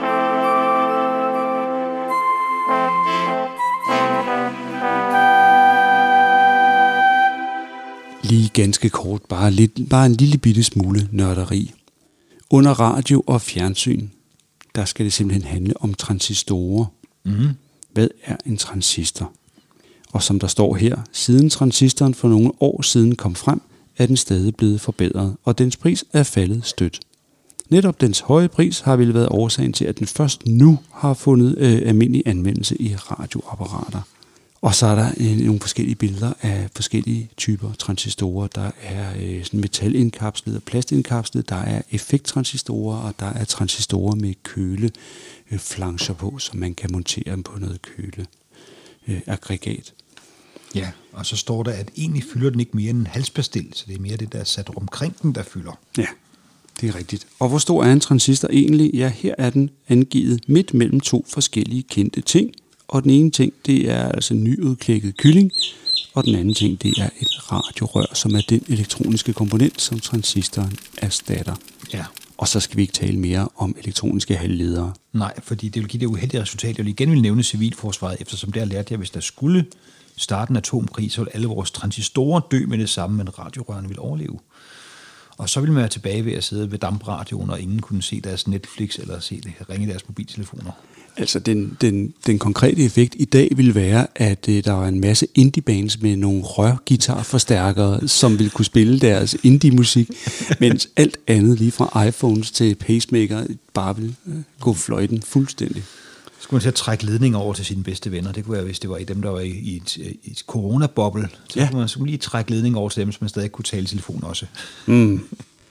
Speaker 2: Lige ganske kort, bare, lidt, bare en lille bitte smule nørderi. Under radio og fjernsyn, der skal det simpelthen handle om transistorer. Mm-hmm. Hvad er en transistor? Og som der står her, siden transistoren for nogle år siden kom frem, er den stadig blevet forbedret, og dens pris er faldet stødt. Netop dens høje pris har vel været årsagen til, at den først nu har fundet øh, almindelig anvendelse i radioapparater. Og så er der øh, nogle forskellige billeder af forskellige typer transistorer. Der er øh, sådan metalindkapslet og plastindkapslet, der er effekttransistorer, og der er transistorer med køleflancher på, så man kan montere dem på noget køleaggregat.
Speaker 3: Ja, og så står der, at egentlig fylder den ikke mere end en halspastil, så det er mere det, der er sat omkring den, der fylder.
Speaker 2: Ja, det er rigtigt. Og hvor stor er en transistor egentlig? Ja, her er den angivet midt mellem to forskellige kendte ting. Og den ene ting, det er altså nyudklækket kylling, og den anden ting, det er et radiorør, som er den elektroniske komponent, som transistoren erstatter.
Speaker 3: Ja.
Speaker 2: Og så skal vi ikke tale mere om elektroniske halvledere.
Speaker 3: Nej, fordi det vil give det uheldige resultat. Jeg vil igen vil nævne Civilforsvaret, eftersom der lærte jeg, hvis der skulle starte en atomkrig, så ville alle vores transistorer dø med det samme, men radiorørene ville overleve. Og så ville man være tilbage ved at sidde ved dampradioen, og ingen kunne se deres Netflix eller se det, ringe deres mobiltelefoner.
Speaker 2: Altså den, den, den konkrete effekt i dag vil være, at øh, der var en masse indie-bands med nogle rørguitarforstærkere, som ville kunne spille deres indie-musik, mens alt andet lige fra iPhones til pacemaker bare ville øh, gå fløjten fuldstændig.
Speaker 3: Så skulle man til at trække ledninger over til sine bedste venner. Det kunne være, hvis det var i dem, der var i, i et, i et corona-boble. Så ja. kunne man skulle lige trække ledninger over til dem, så man stadig kunne tale telefon også.
Speaker 2: Mm.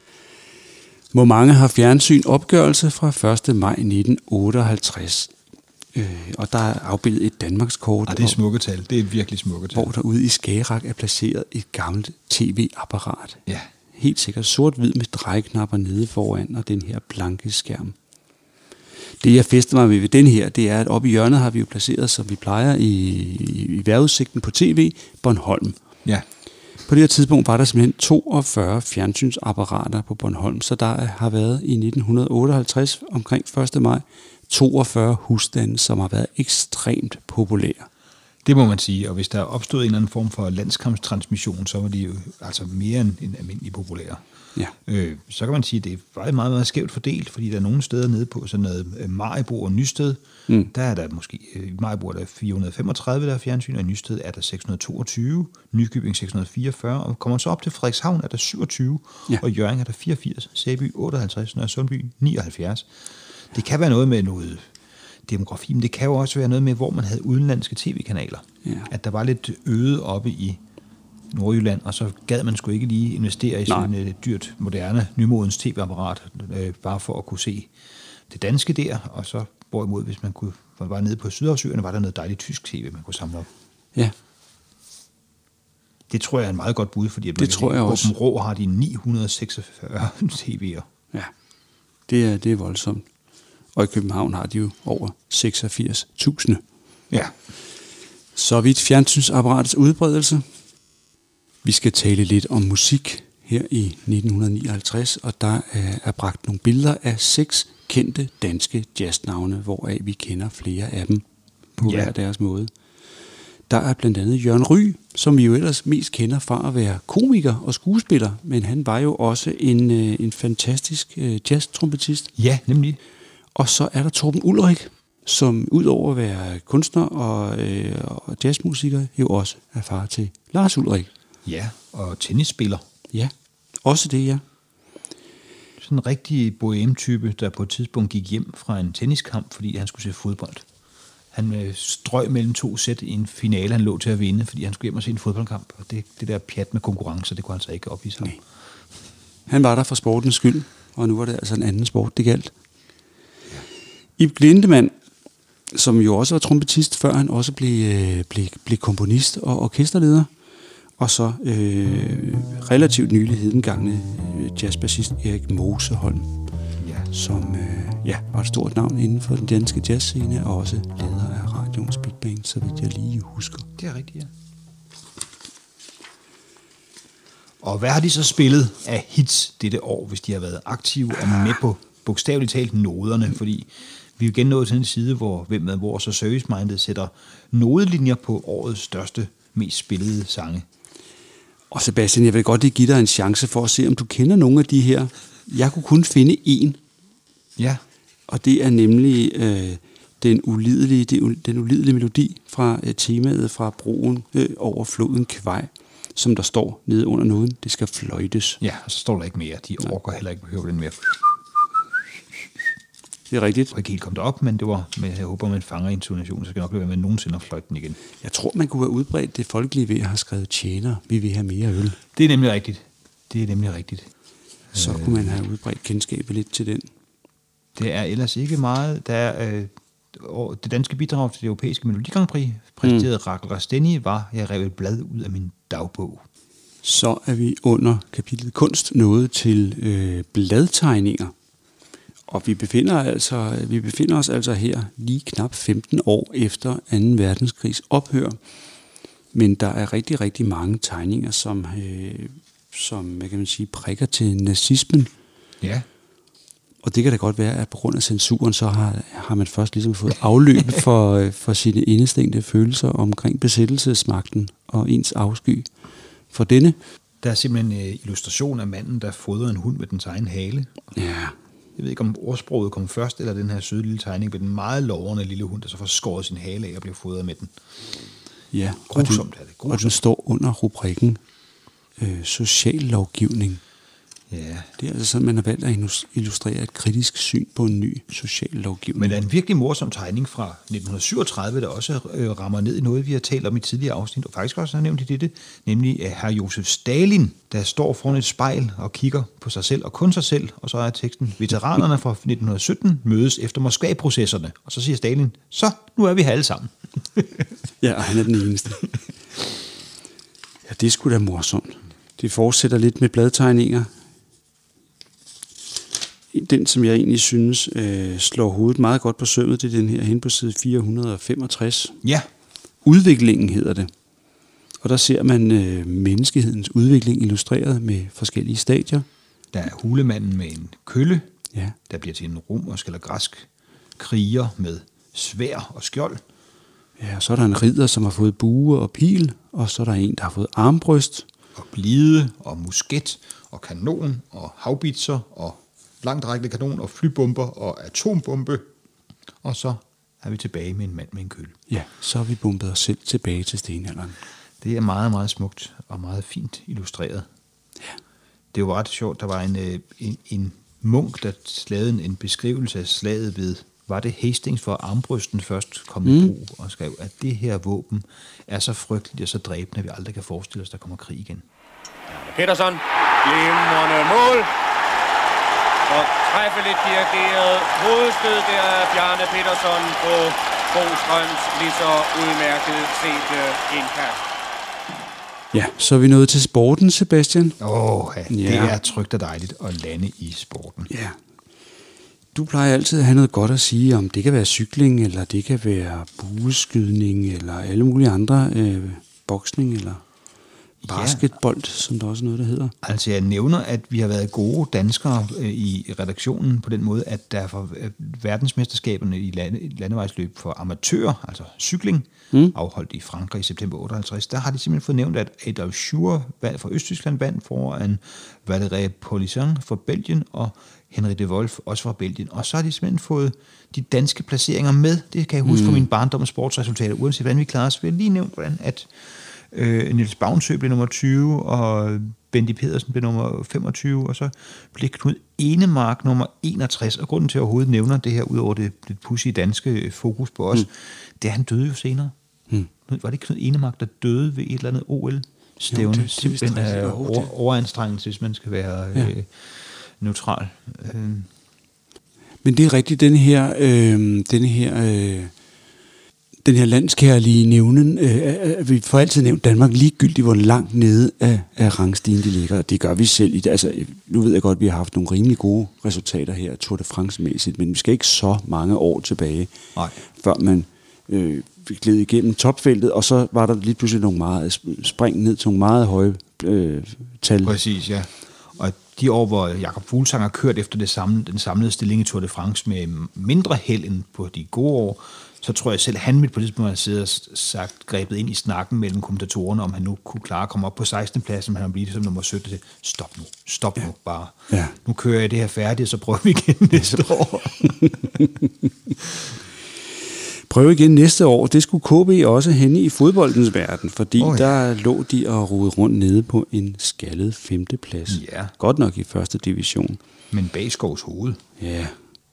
Speaker 2: Hvor mange har fjernsyn opgørelse fra første maj nitten otteoghalvtreds. Øh, og der er afbildet et Danmarkskort.
Speaker 3: Ah, det er smukke tal. Det er virkelig smukke tal.
Speaker 2: Hvor der ude i Skagerrak er placeret et gammelt tv-apparat.
Speaker 3: Ja.
Speaker 2: Helt sikkert sort-hvid med drejeknapper nede foran og den her blanke skærm. Det jeg fæster mig ved, ved den her, det er, at oppe i hjørnet har vi jo placeret, som vi plejer i, i, i vejrudsigten på tv, Bornholm.
Speaker 3: Ja.
Speaker 2: På det her tidspunkt var der simpelthen toogfyrre fjernsynsapparater på Bornholm, så der har været i nitten otteoghalvtreds omkring første maj toogfyrre husstande, som har været ekstremt populære.
Speaker 3: Det må man sige, og hvis der er opstået en eller anden form for landskampstransmission, så var de jo altså mere end, end almindelig populære.
Speaker 2: Ja.
Speaker 3: Øh, så kan man sige, at det er meget, meget, meget skævt fordelt, fordi der er nogle steder nede på sådan noget Maribo og Nysted, mm. der er der måske, i Maribo er der fire hundrede femogtredive, der er fjernsyn, og i Nysted er der seks hundrede toogtyve, Nykøbing seks hundrede fireogfyrre, og kommer man så op til Frederikshavn, er der syvogtyve, ja. Og Hjørring er der fireogfirs, Sæby otteoghalvtreds, Nørre Sundby nioghalvfjerds. Det kan være noget med noget demografi, men det kan jo også være noget med, hvor man havde udenlandske tv-kanaler. Ja. At der var lidt øde oppe i Nordjylland, og så gad man sgu ikke lige investere i sådan et dyrt, moderne, nymodens tv-apparat, øh, bare for at kunne se det danske der, og så hvorimod, hvis man kunne var nede på Sydhavsøerne, var der noget dejligt tysk tv, man kunne samle op.
Speaker 2: Ja.
Speaker 3: Det tror jeg er en meget godt bud, fordi
Speaker 2: det tror jeg også.
Speaker 3: Åben Rå har de ni hundrede seksogfyrre tv'er.
Speaker 2: Ja, det er, det er voldsomt. Og i København har de jo over seksogfirs tusind.
Speaker 3: Ja.
Speaker 2: Så vidt fjernsynsapparatets udbredelse. Vi skal tale lidt om musik her i nitten nioghalvtreds, og der er, er bragt nogle billeder af seks kendte danske jazznavne, hvoraf vi kender flere af dem på ja. hver deres måde. Der er blandt andet Jørgen Ryg, som vi jo ellers mest kender fra at være komiker og skuespiller, men han var jo også en, en fantastisk jazz-trompetist.
Speaker 3: Ja, nemlig.
Speaker 2: Og så er der Torben Ulrik, som udover at være kunstner og, øh, og jazzmusiker, jo også er far til Lars Ulrik.
Speaker 3: Ja, og tennisspiller.
Speaker 2: Ja, også det, ja.
Speaker 3: Sådan en rigtig boheme-type, der på et tidspunkt gik hjem fra en tenniskamp, fordi han skulle se fodbold. Han øh, strøg mellem to sæt i en finale, han lå til at vinde, fordi han skulle hjem og se en fodboldkamp. Og det, det der pjat med konkurrence, det kunne han så ikke opvise ham.
Speaker 2: Han var der for sportens skyld, og nu var det altså en anden sport, det galt. Ja. Ib Glindemann, som jo også var trompetist, før han også blev, øh, blev, blev komponist og orkesterleder, og så øh, relativt nylig hedengangne øh, jazzbassist Erik Moseholm, ja. som øh, ja, var et stort navn inden for den danske jazzscene, og også leder af radioens Big Band, så vidt jeg lige husker.
Speaker 3: Det er rigtigt, ja. Og hvad har de så spillet af hits dette år, hvis de har været aktive og med på bogstaveligt talt noderne? Fordi vi er jo igen nået til en side, hvor hvem med hvor så Service Minded sætter nodelinjer på årets største, mest spillede sange.
Speaker 2: Og Sebastian, jeg vil godt lige give dig en chance for at se, om du kender nogle af de her. Jeg kunne kun finde én.
Speaker 3: Ja.
Speaker 2: Og det er nemlig øh, den, ulidelige, den ulidelige melodi fra øh, temaet fra broen øh, over floden Kvej, som der står nede under noden. Det skal fløjtes.
Speaker 3: Ja, og så står der ikke mere. De orker heller ikke behøver den mere.
Speaker 2: Det er rigtigt.
Speaker 3: Jeg har ikke helt kommet op, men det var med, jeg håber, man fanger intonationen, så skal jeg nok lade være med nogensinde at fløjte den igen.
Speaker 2: Jeg tror, man kunne have udbredt det folkelige ved at have skrevet tjener. Vi vil have mere øl.
Speaker 3: Det er nemlig rigtigt. Det er nemlig rigtigt.
Speaker 2: Så øh, kunne man have udbredt kendskabet lidt til den.
Speaker 3: Det er ellers ikke meget. Der er, øh, det danske bidrag til det europæiske Melodi Grand Prix, præsenteret mm. Rachel Rasteni, var, jeg rev et blad ud af min dagbog.
Speaker 2: Så er vi under kapitlet kunst nået til øh, bladtegninger. Og vi befinder, altså, vi befinder os altså her lige knap femten år efter anden verdenskrigs ophør. Men der er rigtig, rigtig mange tegninger, som, øh, som hvad kan man sige, prikker til nazismen.
Speaker 3: Ja.
Speaker 2: Og det kan da godt være, at på grund af censuren, så har, har man først ligesom fået afløb for, for sine indestængte følelser omkring besættelsesmagten og ens afsky for denne.
Speaker 3: Der er simpelthen en illustration af manden, der fodrer en hund med dens egen hale.
Speaker 2: Ja.
Speaker 3: Jeg ved ikke, om ordsproget kom først, eller den her søde lille tegning med den meget lovende lille hund, der så får skåret sin hale af og bliver fodret med den.
Speaker 2: Ja,
Speaker 3: grusomt
Speaker 2: og den,
Speaker 3: er det. Grusomt.
Speaker 2: Og den står under rubrikken øh, social lovgivning.
Speaker 3: Ja.
Speaker 2: Det er altså sådan, man har valgt at illustrere et kritisk syn på en ny social lovgivning.
Speaker 3: Men der er en virkelig morsom tegning fra nitten syvogtredive, der også øh, rammer ned i noget, vi har talt om i tidligere afsnit, og faktisk også har nævnt i dette, nemlig af herr Josef Stalin, der står foran et spejl og kigger på sig selv og kun sig selv, og så er teksten, veteranerne fra nitten sytten mødes efter Moskva-processerne, og så siger Stalin, så nu er vi her alle sammen.
Speaker 2: Ja, og han er den eneste. Ja, det er sgu da morsomt. Det fortsætter lidt med bladtegninger. Den, som jeg egentlig synes øh, slår hovedet meget godt på sømmet, det er den her hen på side fire hundrede og femogtres.
Speaker 3: Ja.
Speaker 2: Udviklingen hedder det. Og der ser man øh, menneskehedens udvikling illustreret med forskellige stadier.
Speaker 3: Der er hulemanden med en kølle,
Speaker 2: ja. Der
Speaker 3: bliver til en romersk eller græsk kriger med sværd og skjold.
Speaker 2: Ja, og så er der en ridder, som har fået bue og pil, og så er der en, der har fået armbryst.
Speaker 3: Og blide og musket og kanon og haubitser og langtrækkende kanon og flybomber og atombombe. Og så er vi tilbage med en mand med en kølle.
Speaker 2: Ja, så har vi bombet os selv tilbage til stenalderen.
Speaker 3: Det er meget, meget smukt og meget fint illustreret.
Speaker 2: Ja.
Speaker 3: Det var ret sjovt. Der var en, en, en munk, der lavede en beskrivelse af slaget ved, var det Hastings, for armbrysten først kom i brug, mm. og skrev, at det her våben er så frygteligt og så dræbende, at vi aldrig kan forestille os, der kommer krig igen.
Speaker 4: Peterson, glimrende mål. Og træffeligt dirigeret hovedstød der af Bjarne Peterson på Bostrøms lige så udmærket set indkast.
Speaker 2: Ja, så er vi nået til sporten, Sebastian.
Speaker 3: Åh, oh, ja, det
Speaker 2: ja.
Speaker 3: er trygt og dejligt at lande i sporten.
Speaker 2: Ja. Du plejer altid at have noget godt at sige om, det kan være cykling, eller det kan være bueskydning, eller alle mulige andre, øh, boksning, eller basketball, ja. Som der også er noget, der hedder.
Speaker 3: Altså jeg nævner, at vi har været gode danskere øh, i redaktionen på den måde, at der for øh, verdensmesterskaberne i lande, landevejsløb for amatører, altså cykling, mm. afholdt i Frankrig i september otteoghalvtreds, der har de simpelthen fået nævnt, at Adolf Schur fra Østtyskland vandt foran Valérie Polisson fra Belgien og Henry de Wolf også fra Belgien. Og så har de simpelthen fået de danske placeringer med. Det kan jeg huske mm. fra min barndom og sportsresultater. Uanset hvordan vi klarer os, vil jeg lige nævnt, hvordan at øh, Niels Bavnsø blev nummer tyve, og Bendy Pedersen blev nummer femogtyve, og så blev Knud Enemark nummer enogtres. Og grunden til, at jeg overhovedet nævner det her, ud over det lidt pudsige danske fokus på os, mm. det er, han døde jo senere. Mm. Var det Knud Enemark, der døde ved et eller andet O L-stævne?
Speaker 2: Jo, det, det, det
Speaker 3: er over, overanstrengelse, hvis man skal være ja. øh, neutral. Øh.
Speaker 2: Men det er rigtigt, denne her, øh, denne her, øh, den her landskærlige nævnen, øh, vi får altid nævnt Danmark ligegyldigt, hvor langt nede af, af rangstigen de ligger, og det gør vi selv. I det. Altså, nu ved jeg godt, at vi har haft nogle rimelig gode resultater her, Tour de France-mæssigt, men vi skal ikke så mange år tilbage,
Speaker 3: Nej.
Speaker 2: før man øh, gled igennem topfeltet, og så var der lige pludselig nogle meget spring ned til nogle meget høje øh, tal.
Speaker 3: Præcis, ja. Og de år, hvor Jakob Fuglsang har kørt efter det samme, den samlede stilling i Tour de France med mindre held end på de gode år, så tror jeg selv, han mit på det tidspunkt har siddet og sagt, grebet ind i snakken mellem kommentatorerne, om han nu kunne klare at komme op på sekstende pladsen, men han blev som nummer sytten til, stop nu, stop ja. nu bare. Ja. Nu kører jeg det her færdigt, så prøver vi igen næste år.
Speaker 2: Prøv igen næste år. Det skulle K B også henne i fodboldens verden, fordi oh, ja. der lå de og rode rundt nede på en skaldet femteplads.
Speaker 3: Ja.
Speaker 2: Godt nok i første division.
Speaker 3: Men bag Skovs hoved.
Speaker 2: Ja.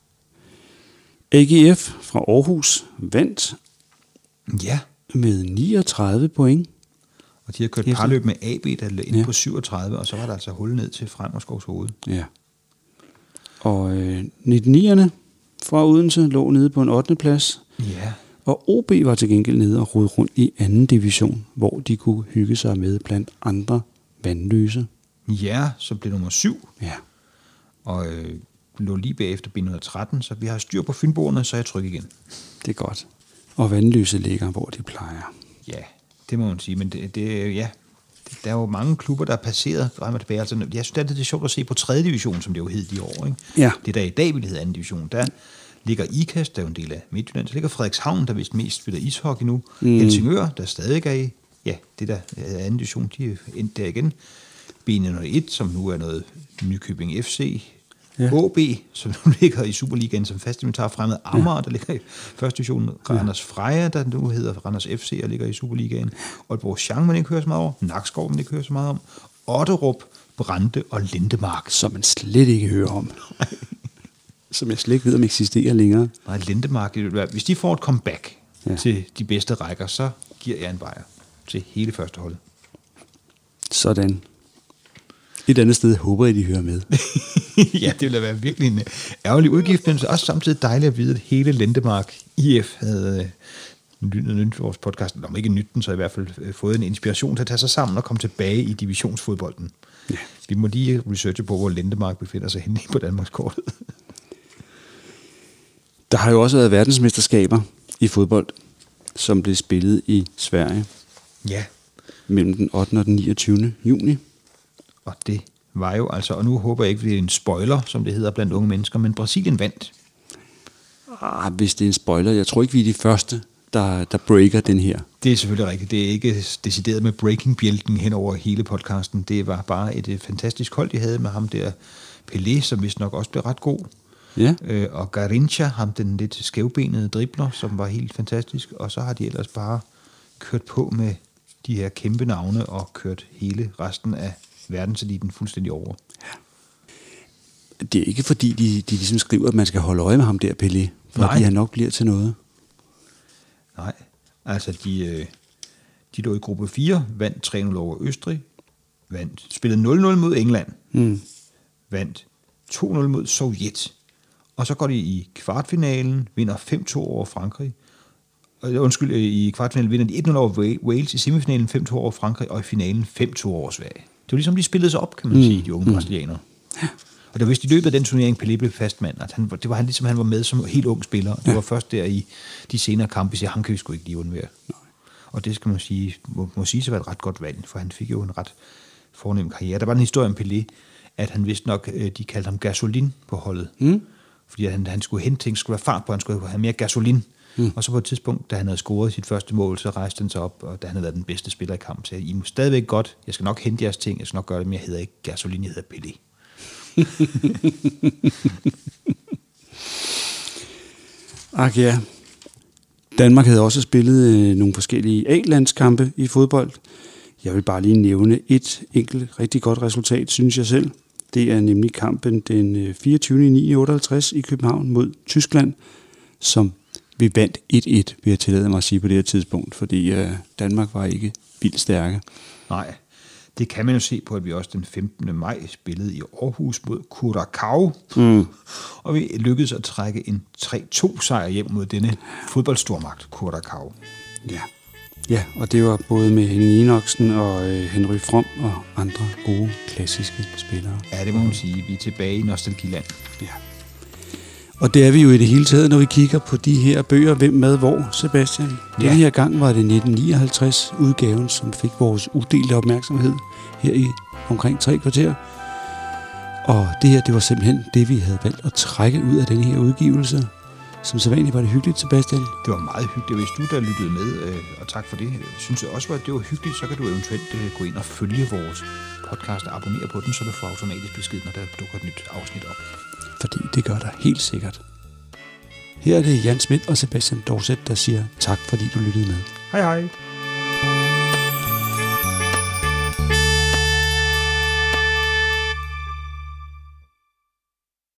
Speaker 2: A G F fra Aarhus vandt
Speaker 3: ja.
Speaker 2: med niogtredive point.
Speaker 3: Og de har kørt parløb med A B, der lå inde ja. på syvogtredive, og så var der altså hul ned til Frem og Skovs hoved.
Speaker 2: Ja. Og øh, nittennierne fra Odense lå nede på en ottende plads.
Speaker 3: Ja.
Speaker 2: Og O B var til gengæld nede og rode rundt i anden division, hvor de kunne hygge sig med blandt andre vandløse.
Speaker 3: Ja, så blev nummer syv.
Speaker 2: Ja.
Speaker 3: Og øh, lå lige bagefter B et hundrede og tretten, så vi har styr på fynboerne, så er jeg tryg igen.
Speaker 2: Det er godt. Og vandløse ligger, hvor de plejer.
Speaker 3: Ja, det må man sige, men det, det ja, der er jo mange klubber, der er passeret frem og tilbage. Altså, jeg synes, det er sjovt at se på tredje division, som det jo hed de år. Ikke?
Speaker 2: Ja.
Speaker 3: Det der i dag ville hedde anden division. Der ligger Ikast, der er jo en del af Midtjylland. Så ligger Frederikshavn, der vist mest spiller ishockey nu. Mm. Helsingør, der stadig er i, ja, det der er anden division, de er endt der igen. B et nul et, som nu er noget Nykøbing F C. Ja. O B, som nu ligger i Superligaen som fast inventar fremmed. Amager, ja. Der ligger i første division. Randers Freja, der nu hedder Randers F C og ligger i Superligaen. Aalborg Chang, man ikke hører så meget over. Nakskov, man ikke hører så meget om. Otterup, Brande og Lindemark.
Speaker 2: Som man slet ikke hører om. Som jeg slet ikke ved, om eksisterer længere.
Speaker 3: Nej, Lindemark. Hvis de får et comeback ja. til de bedste rækker, så giver jeg en bajer til hele første hold.
Speaker 2: Sådan. Et andet sted håber jeg, de hører med.
Speaker 3: Ja, det ville være virkelig en ærgerlig udgift, men også samtidig dejligt at vide, at hele Lindemark I F havde lyttet nyt vores podcast, eller om ikke nyt den, så i hvert fald fået en inspiration til at tage sig sammen og komme tilbage i divisionsfodbolden. Ja. Vi må lige researche på, hvor Lindemark befinder sig henne på Danmarkskortet.
Speaker 2: Der har jo også været verdensmesterskaber i fodbold, som blev spillet i Sverige.
Speaker 3: Ja. Mellem
Speaker 2: den ottende og den niogtyvende juni.
Speaker 3: Og det var jo altså, og nu håber jeg ikke, at det er en spoiler, som det hedder blandt unge mennesker, men Brasilien vandt.
Speaker 2: Ah, hvis det er en spoiler. Jeg tror ikke, vi er de første, der, der breaker den her.
Speaker 3: Det er selvfølgelig rigtigt. Det er ikke decideret med breaking-bjælken hen over hele podcasten. Det var bare et, et fantastisk hold, de havde med ham der Pelé, som vist nok også blev ret god.
Speaker 2: Ja.
Speaker 3: Øh, og Garincha, ham den lidt skævbenede dribler, som var helt fantastisk. Og så har de ellers bare kørt på med de her kæmpe navne og kørt hele resten af verdenseliten fuldstændig over.
Speaker 2: Ja. Det er ikke fordi, de, de ligesom skriver, at man skal holde øje med ham der, Pelé, fordi han nok bliver til noget.
Speaker 3: Nej, altså de, de lå i gruppe fire, vandt tre nul over Østrig, vandt, spillede nul nul mod England, mm. vandt to nul mod Sovjet, og så går de i kvartfinalen, vinder fem to over Frankrig, undskyld, i kvartfinalen vinder de et nul over Wales, i semifinalen fem to over Frankrig, og i finalen fem to over Sverige. Det var ligesom, de spillede sig op, kan man mm. sige, de unge mm. brasilianere. Ja. Og det var vist i løbet af den turnering, Pelé blev fastmand, at han, det var han ligesom, han var med som helt ung spiller. Det ja. var først der i de senere kampe, at ham kan vi sgu ikke lige undvære. Nej. Og det skal man sige, må, må sige, så var et ret godt valg, for han fik jo en ret fornem karriere. Der var en historie om Pelé, at han vidste nok, de kaldte ham gasolin på holdet. Mm. Fordi han, han skulle hente ting, skulle være fart på, han skulle have mere gasolin. Mm. Og så på et tidspunkt, da han havde scoret sit første mål, så rejste han sig op, og da han havde været den bedste spiller i kampen, så I må stadigvæk godt, jeg skal nok hente jeres ting, jeg skal nok gøre det, men jeg hedder ikke gasolin, jeg hedder Pelé.
Speaker 2: Ach ja. Danmark havde også spillet øh, nogle forskellige A-landskampe i fodbold. Jeg vil bare lige nævne et enkelt rigtig godt resultat, synes jeg selv. Det er nemlig kampen den fireogtyvende september otteoghalvtreds i København mod Tyskland, som vi vandt et et, vil jeg tillade mig at sige på det her tidspunkt, fordi øh, Danmark var ikke vildt stærke.
Speaker 3: Nej, det kan man jo se på, at vi også den femtende maj spillede i Aarhus mod Curaçao, mm. og vi lykkedes at trække en tre to sejr hjem mod denne fodboldstormagt, Curaçao.
Speaker 2: Ja. ja, og det var både med Henning Enoksen og øh, Henry From og andre gode, klassiske spillere.
Speaker 3: Ja, det må man sige. Vi er tilbage i nostalgiland.
Speaker 2: Ja. Og det er vi jo i det hele taget, når vi kigger på de her bøger, hvem med hvor, Sebastian. Ja. Den her gang var det nitten nioghalvtreds udgaven, som fik vores udelte opmærksomhed her i omkring tre kvarter. Og det her, det var simpelthen det, vi havde valgt at trække ud af den her udgivelse. Som sædvanligt var det hyggeligt, Sebastian.
Speaker 3: Det var meget hyggeligt. Hvis du der lyttede med, og tak for det, synes jeg også, at det var hyggeligt, så kan du eventuelt gå ind og følge vores podcast og abonnere på den, så du får automatisk besked, når der dukker et nyt afsnit op.
Speaker 2: Fordi det gør der helt sikkert. Her er det Jan Schmidt og Sebastian Dorset, der siger tak, fordi du lyttede med.
Speaker 3: Hej hej.